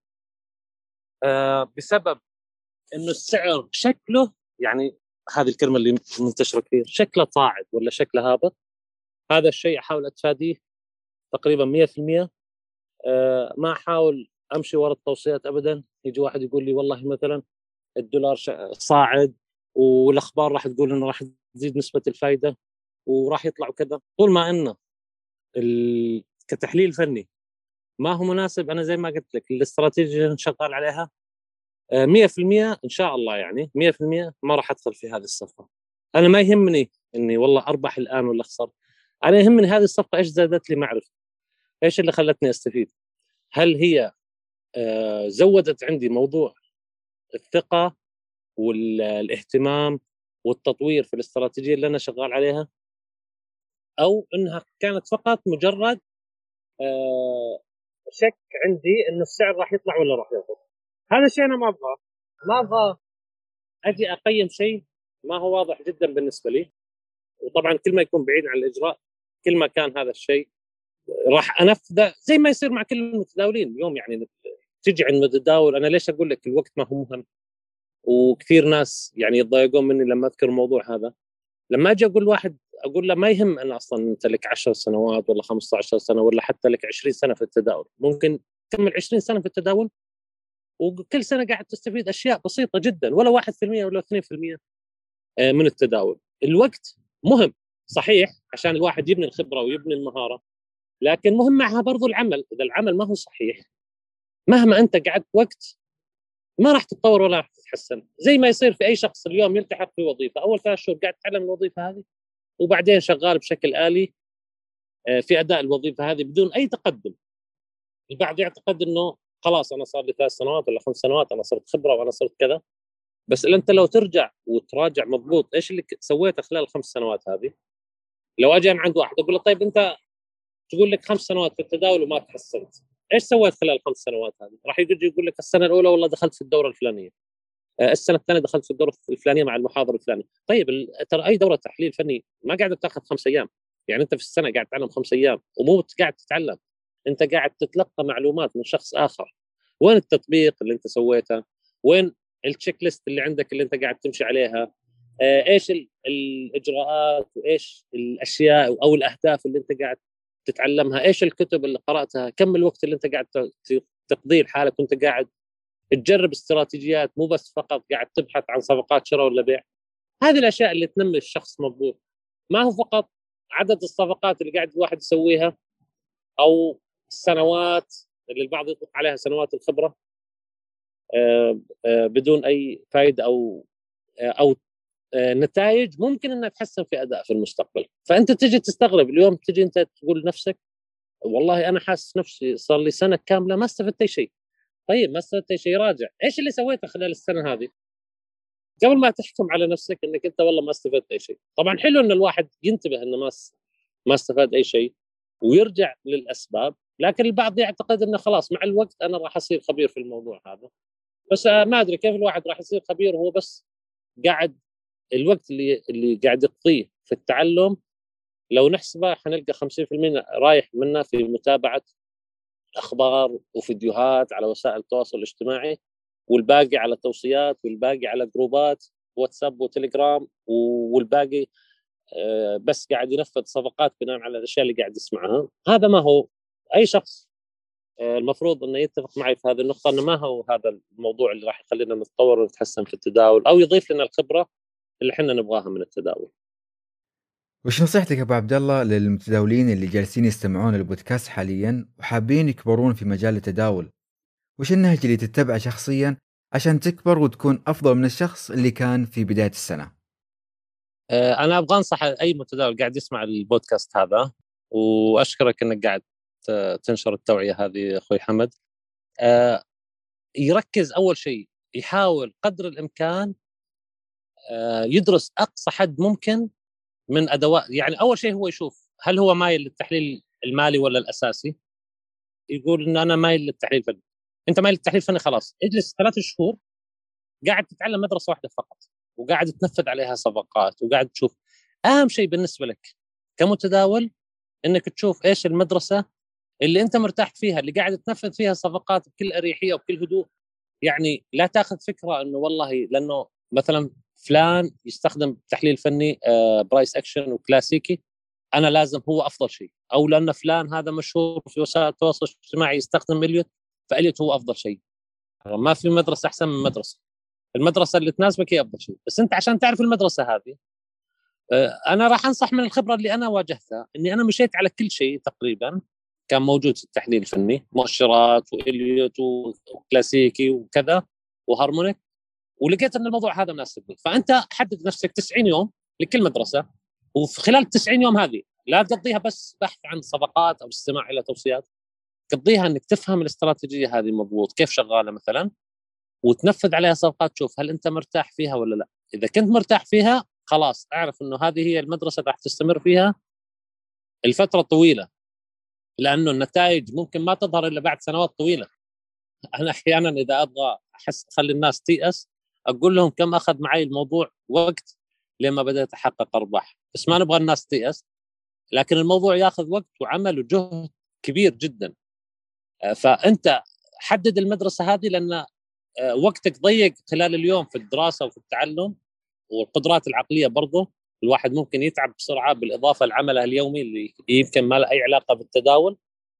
أه بسبب إنه السعر شكله، يعني هذه الكلمة اللي منتشرة كثير، شكله صاعد ولا شكله هابط. هذا الشيء أحاول أتفاديه تقريبا مية في المية. أه ما أحاول أمشي وراء التوصيات أبدا. يجي واحد يقول لي والله مثلا الدولار صاعد والأخبار راح تقول إنه راح تزيد نسبة الفائدة وراح يطلع كذا، طول ما إنه كتحليل فني ما هو مناسب، أنا زي ما قلت لك الاستراتيجية اللي شغال عليها مية في المية إن شاء الله، يعني مية في المية ما راح أدخل في هذه الصفقة. أنا ما يهمني إني والله أربح الآن ولا أخسر، أنا يهمني هذه الصفقة إيش زادت لي معرفة، إيش اللي خلتني أستفيد. هل هي زودت عندي موضوع الثقة والاهتمام والتطوير في الاستراتيجية اللي أنا شغال عليها، أو إنها كانت فقط مجرد شك عندي إنه السعر راح يطلع ولا راح يهبط. هذا الشيء أنا ما أبغى ما أبغى أجي أقيم شيء ما هو واضح جدا بالنسبة لي. وطبعا كل ما يكون بعيد عن الإجراء كل ما كان هذا الشيء راح أنفذه، زي ما يصير مع كل المتداولين اليوم. يعني تجي عند متداول، أنا ليش أقول لك الوقت ما هو مهم، وكثير ناس يعني يتضايقون مني لما أذكر الموضوع هذا. لما أجي أقول واحد أقول له ما يهم أن أصلا أنت لك عشر سنوات ولا خمسة عشر سنة ولا حتى لك عشرين سنة في التداول، ممكن تكمل عشرين سنة في التداول وكل سنة قاعد تستفيد أشياء بسيطة جدا، ولا واحد في المية ولا اثنين في المية من التداول. الوقت مهم صحيح عشان الواحد يبني الخبرة ويبني المهارة، لكن مهم معها برضو العمل. إذا العمل ما هو صحيح مهما أنت قعدت وقت ما راح تتطور ولا راح تتحسن. زي ما يصير في أي شخص اليوم يلتحق في وظيفة، أول ثلاث شهور قاعد تتعلم الوظيفة هذه وبعدين شغال بشكل آلي في أداء الوظيفة هذه بدون أي تقدم. البعض يعتقد إنه خلاص أنا صار لي ثلاث سنوات ولا خمس سنوات أنا صرت خبرة وأنا صرت كذا، بس أنت لو ترجع وتراجع مضبوط إيش اللي سويته خلال الخمس سنوات هذه. لو أجي أنا عند واحد أقول له طيب أنت تقول لك خمس سنوات في التداول وما تحسنت، إيش سويت خلال الخمس سنوات هذه؟ راح يجي يقول لك السنة الأولى والله دخلت في الدورة الفلانية، السنة الثانية دخلت في الدورة الفلانية مع المحاضر الفلاني. طيب ترى أي دورة تحليل فني ما قاعدة تأخذ خمس أيام، يعني أنت في السنة قاعد تتعلم خمس أيام ومو قاعد تتعلم، أنت قاعد تتلقى معلومات من شخص آخر. وين التطبيق اللي أنت سويته؟ وين التشيك ليست اللي عندك اللي أنت قاعد تمشي عليها؟ آه، ايش الاجراءات وايش الاشياء او الاهداف اللي انت قاعد تتعلمها، ايش الكتب اللي قراتها، كم الوقت اللي انت قاعد تقضيه لحالك وانت قاعد تجرب استراتيجيات، مو بس فقط قاعد تبحث عن صفقات شراء ولا بيع. هذه الاشياء اللي تنمي الشخص مضبوط. ما هو فقط عدد الصفقات اللي قاعد الواحد يسويها او السنوات اللي البعض يطلق عليها سنوات الخبره بدون اي فائده او او نتائج ممكن انها تحسن في اداء في المستقبل. فانت تجي تستغرب اليوم، تجي انت تقول لنفسك والله انا حاسس نفسي صار لي سنه كامله ما استفدت اي شيء. طيب ما استفدت اي شيء، راجع ايش اللي سويته خلال السنه هذه قبل ما تحكم على نفسك انك انت والله ما استفدت اي شيء. طبعا حلو ان الواحد ينتبه انه ما ما استفاد اي شيء ويرجع للاسباب، لكن البعض يعتقد انه خلاص مع الوقت انا راح اصير خبير في الموضوع هذا. بس ما ادري كيف الواحد راح يصير خبير وهو بس قاعد الوقت اللي اللي قاعد يقضيه في التعلم لو نحسبه حنلقى خمسين بالمئة رايح منه في متابعه اخبار وفيديوهات على وسائل التواصل الاجتماعي، والباقي على توصيات، والباقي على جروبات واتساب وتليجرام، والباقي بس قاعد ينفذ صفقات بناء على الاشياء اللي قاعد يسمعها. هذا ما هو اي شخص المفروض انه يتفق معي في هذه النقطه، انه ما هو هذا الموضوع اللي راح يخلينا نتطور ونتحسن في التداول او يضيف لنا الخبره اللي احنا نبغاها من التداول. وش نصيحتك ابو عبد الله للمتداولين اللي جالسين يستمعون للبودكاست حاليا وحابين يكبرون في مجال التداول؟ وش النهج اللي تتبعه شخصيا عشان تكبر وتكون افضل من الشخص اللي كان في بدايه السنه؟ انا ابغى انصح اي متداول قاعد يسمع البودكاست هذا، واشكرك انك قاعد تنشر التوعيه هذه اخوي حمد. يركز اول شيء، يحاول قدر الامكان يدرس اقصى حد ممكن من ادوات. يعني اول شيء هو يشوف هل هو مايل للتحليل المالي ولا الاساسي. يقول ان انا مايل للتحليل الفني. انت مايل للتحليل الفني، خلاص اجلس ثلاث شهور قاعد تتعلم مدرسه واحده فقط، وقاعد تنفذ عليها صفقات، وقاعد تشوف. اهم شيء بالنسبه لك كمتداول انك تشوف ايش المدرسه اللي انت مرتاح فيها، اللي قاعد تنفذ فيها صفقات بكل اريحيه وبكل هدوء. يعني لا تاخذ فكره انه والله لانه مثلا فلان يستخدم تحليل فني برايس اكشن وكلاسيكي انا لازم هو افضل شيء، او لان فلان هذا مشهور في وسائل التواصل الاجتماعي يستخدم اليوت فاليوت هو افضل شيء. ما في مدرسه احسن من مدرسه، المدرسه اللي تناسبك هي افضل شيء. بس انت عشان تعرف المدرسه هذه، انا راح انصح من الخبره اللي انا واجهتها اني انا مشيت على كل شيء تقريبا كان موجود في التحليل الفني، مؤشرات واليوت وكلاسيكي وكذا وهارمونيك، ولقيت ان الموضوع هذا مناسب لي. فانت حدد نفسك تسعين يوم لكل مدرسه، وفي خلال تسعين يوم هذه لا تقضيها بس بحث عن صفقات او استماع الى توصيات، قضيها انك تفهم الاستراتيجيه هذه مضبوط كيف شغاله مثلا، وتنفذ عليها صفقات. تشوف هل انت مرتاح فيها ولا لا. اذا كنت مرتاح فيها خلاص اعرف انه هذه هي المدرسه راح تستمر فيها الفتره طويله، لانه النتائج ممكن ما تظهر الا بعد سنوات طويله. انا احيانا اذا ابغى احس اخلي الناس تيأس اقول لهم كم اخذ معي الموضوع وقت لما بدات احقق ارباح. بس ما نبغى الناس تيأس، لكن الموضوع ياخذ وقت وعمل وجهد كبير جدا. فانت حدد المدرسه هذه، لان وقتك ضيق خلال اليوم في الدراسه وفي التعلم، والقدرات العقليه برضه الواحد ممكن يتعب بسرعه، بالاضافه لعمله اليومي اللي يمكن ما له اي علاقه بالتداول.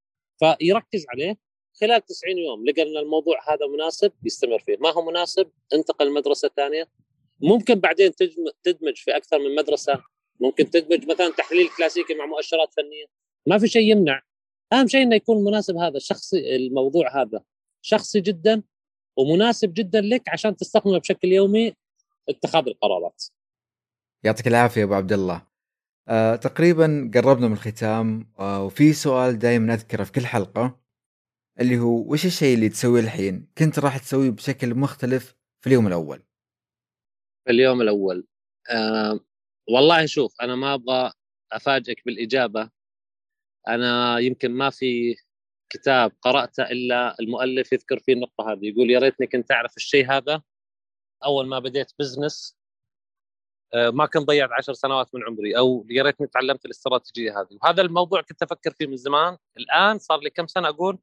فيركز عليه خلال تسعين يوم، لقى ان الموضوع هذا مناسب يستمر فيه، ما هو مناسب انتقل مدرسه ثانيه. ممكن بعدين تدمج في اكثر من مدرسه، ممكن تدمج مثلا تحليل كلاسيكي مع مؤشرات فنيه، ما في شيء يمنع. اهم شيء انه يكون مناسب. هذا شخصي، الموضوع هذا شخصي جدا ومناسب جدا لك عشان تستخدمه بشكل يومي اتخاذ القرارات. يعطيك العافيه يا ابو عبد الله. آه، تقريبا قربنا من الختام، آه، وفي سؤال دائما اذكره في كل حلقه اللي هو وش الشيء اللي تسويه الحين كنت راح تسويه بشكل مختلف في اليوم الاول؟ في اليوم الاول آه والله شوف، انا ما ابغى افاجئك بالاجابه. انا يمكن ما في كتاب قراته الا المؤلف يذكر فيه النقطه هذه، يقول يا ريتني كنت اعرف الشيء هذا اول ما بديت بزنس، آه ما كنت ضيعت عشر سنوات من عمري، او يا ريتني تعلمت الاستراتيجيه هذه. وهذا الموضوع كنت افكر فيه من زمان. الان صار لي كم سنه اقول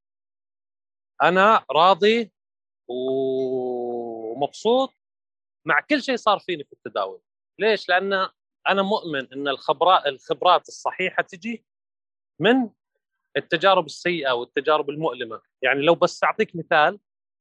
انا راضي ومبسوط مع كل شيء صار فيني في التداول. ليش؟ لأن أنا مؤمن أن الخبرات الخبرات الصحيحة تجي من التجارب السيئة والتجارب المؤلمة. يعني لو بس أعطيك مثال،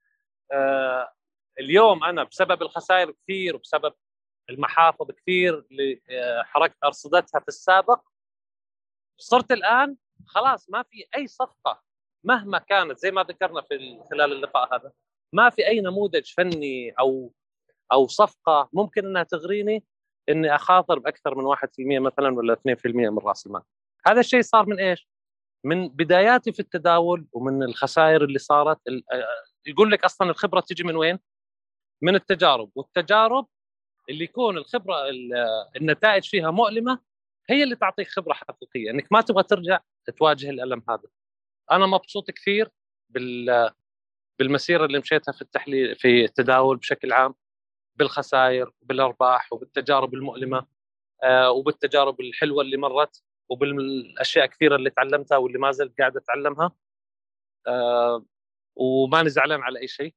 آه اليوم أنا بسبب الخسائر كثير وبسبب المحافظ كثير اللي حركت أرصدتها في السابق، صرت الآن خلاص ما في أي صفقة مهما كانت، زي ما ذكرنا في خلال اللقاء هذا، ما في أي نموذج فني أو أو صفقة ممكن أنها تغريني إني أخاطر بأكثر من واحد بالمئة مثلا ولا اثنين بالمئة من رأس المال. هذا الشيء صار من إيش؟ من بداياتي في التداول ومن الخسائر اللي صارت. يقول لك أصلا الخبرة تجي من وين؟ من التجارب، والتجارب اللي يكون الخبرة النتائج فيها مؤلمة هي اللي تعطيك خبرة حقيقية، إنك ما تبغى ترجع تواجه الألم هذا. أنا مبسوط كثير بال بالمسيرة اللي مشيتها في التحليل في التداول بشكل عام، بالخسائر وبالأرباح وبالتجارب المؤلمة آه وبالتجارب الحلوة اللي مرت وبالأشياء كثيرة اللي تعلمتها واللي ما زلت قاعد أتعلمها. آه وما نزعلان على أي شيء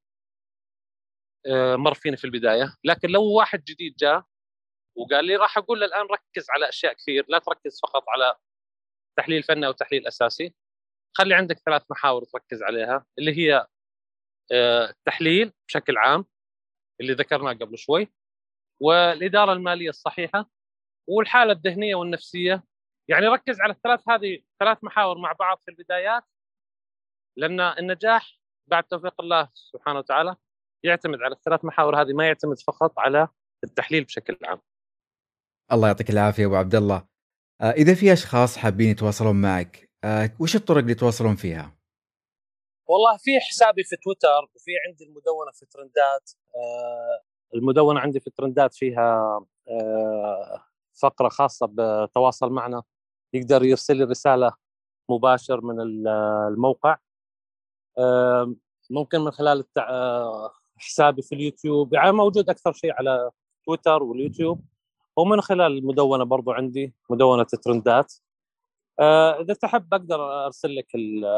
آه مر فيني في البداية. لكن لو واحد جديد جاء وقال لي راح أقول له الآن ركز على أشياء كثير، لا تركز فقط على تحليل فني أو تحليل أساسي، خلي عندك ثلاث محاور تركز عليها، اللي هي التحليل بشكل عام اللي ذكرناه قبل شوي، والإدارة المالية الصحيحة، والحالة الذهنية والنفسية. يعني ركز على الثلاث هذه ثلاث محاور مع بعض في البدايات، لأن النجاح بعد توفيق الله سبحانه وتعالى يعتمد على الثلاث محاور هذه، ما يعتمد فقط على التحليل بشكل عام. الله يعطيك العافية أبو عبد الله. آه إذا في أشخاص حابين يتواصلون معك، آه وش الطرق اللي يتواصلون فيها؟ والله في حسابي في تويتر، وفي عندي المدونة في ترندات. آه المدونة عندي في ترندات فيها آه فقرة خاصة بتواصل معنا، يقدر يرسل لي رسالة مباشر من الموقع. آه ممكن من خلال التع... آه حسابي في اليوتيوب، يعني موجود أكثر شيء على تويتر واليوتيوب، ومن خلال المدونة برضو عندي مدونة ترندات. آه إذا تحب أقدر أرسل لك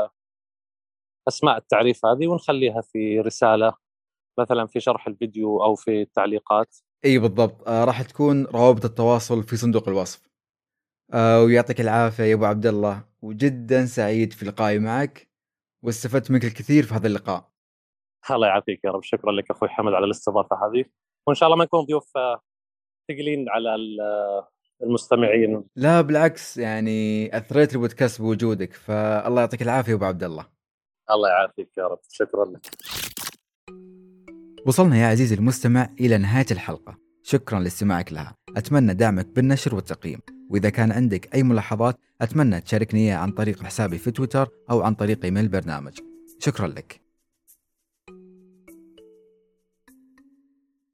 أسماء التعريف هذه ونخليها في رسالة مثلا في شرح الفيديو أو في التعليقات. أي بالضبط. آه راح تكون روابط التواصل في صندوق الوصف. آه ويعطيك العافية يا أبو عبد الله، وجدا سعيد في لقائي معك واستفدت منك الكثير في هذا اللقاء. الله يعافيك يا رب. شكرا لك أخوي حمد على الاستضافة هذه، وإن شاء الله ما نكون ضيوف ثقيلين على المستمعين. لا بالعكس، يعني أثريت البودكاست بوجودك، فالله يعطيك العافية يا أبو عبد الله. الله يعافيك يا رب. شكرا لك. وصلنا يا عزيزي المستمع إلى نهاية الحلقة، شكرا لاستماعك لها. أتمنى دعمك بالنشر والتقييم، وإذا كان عندك أي ملاحظات أتمنى تشاركني إياها عن طريق حسابي في تويتر أو عن طريق إيميل البرنامج. شكرا لك.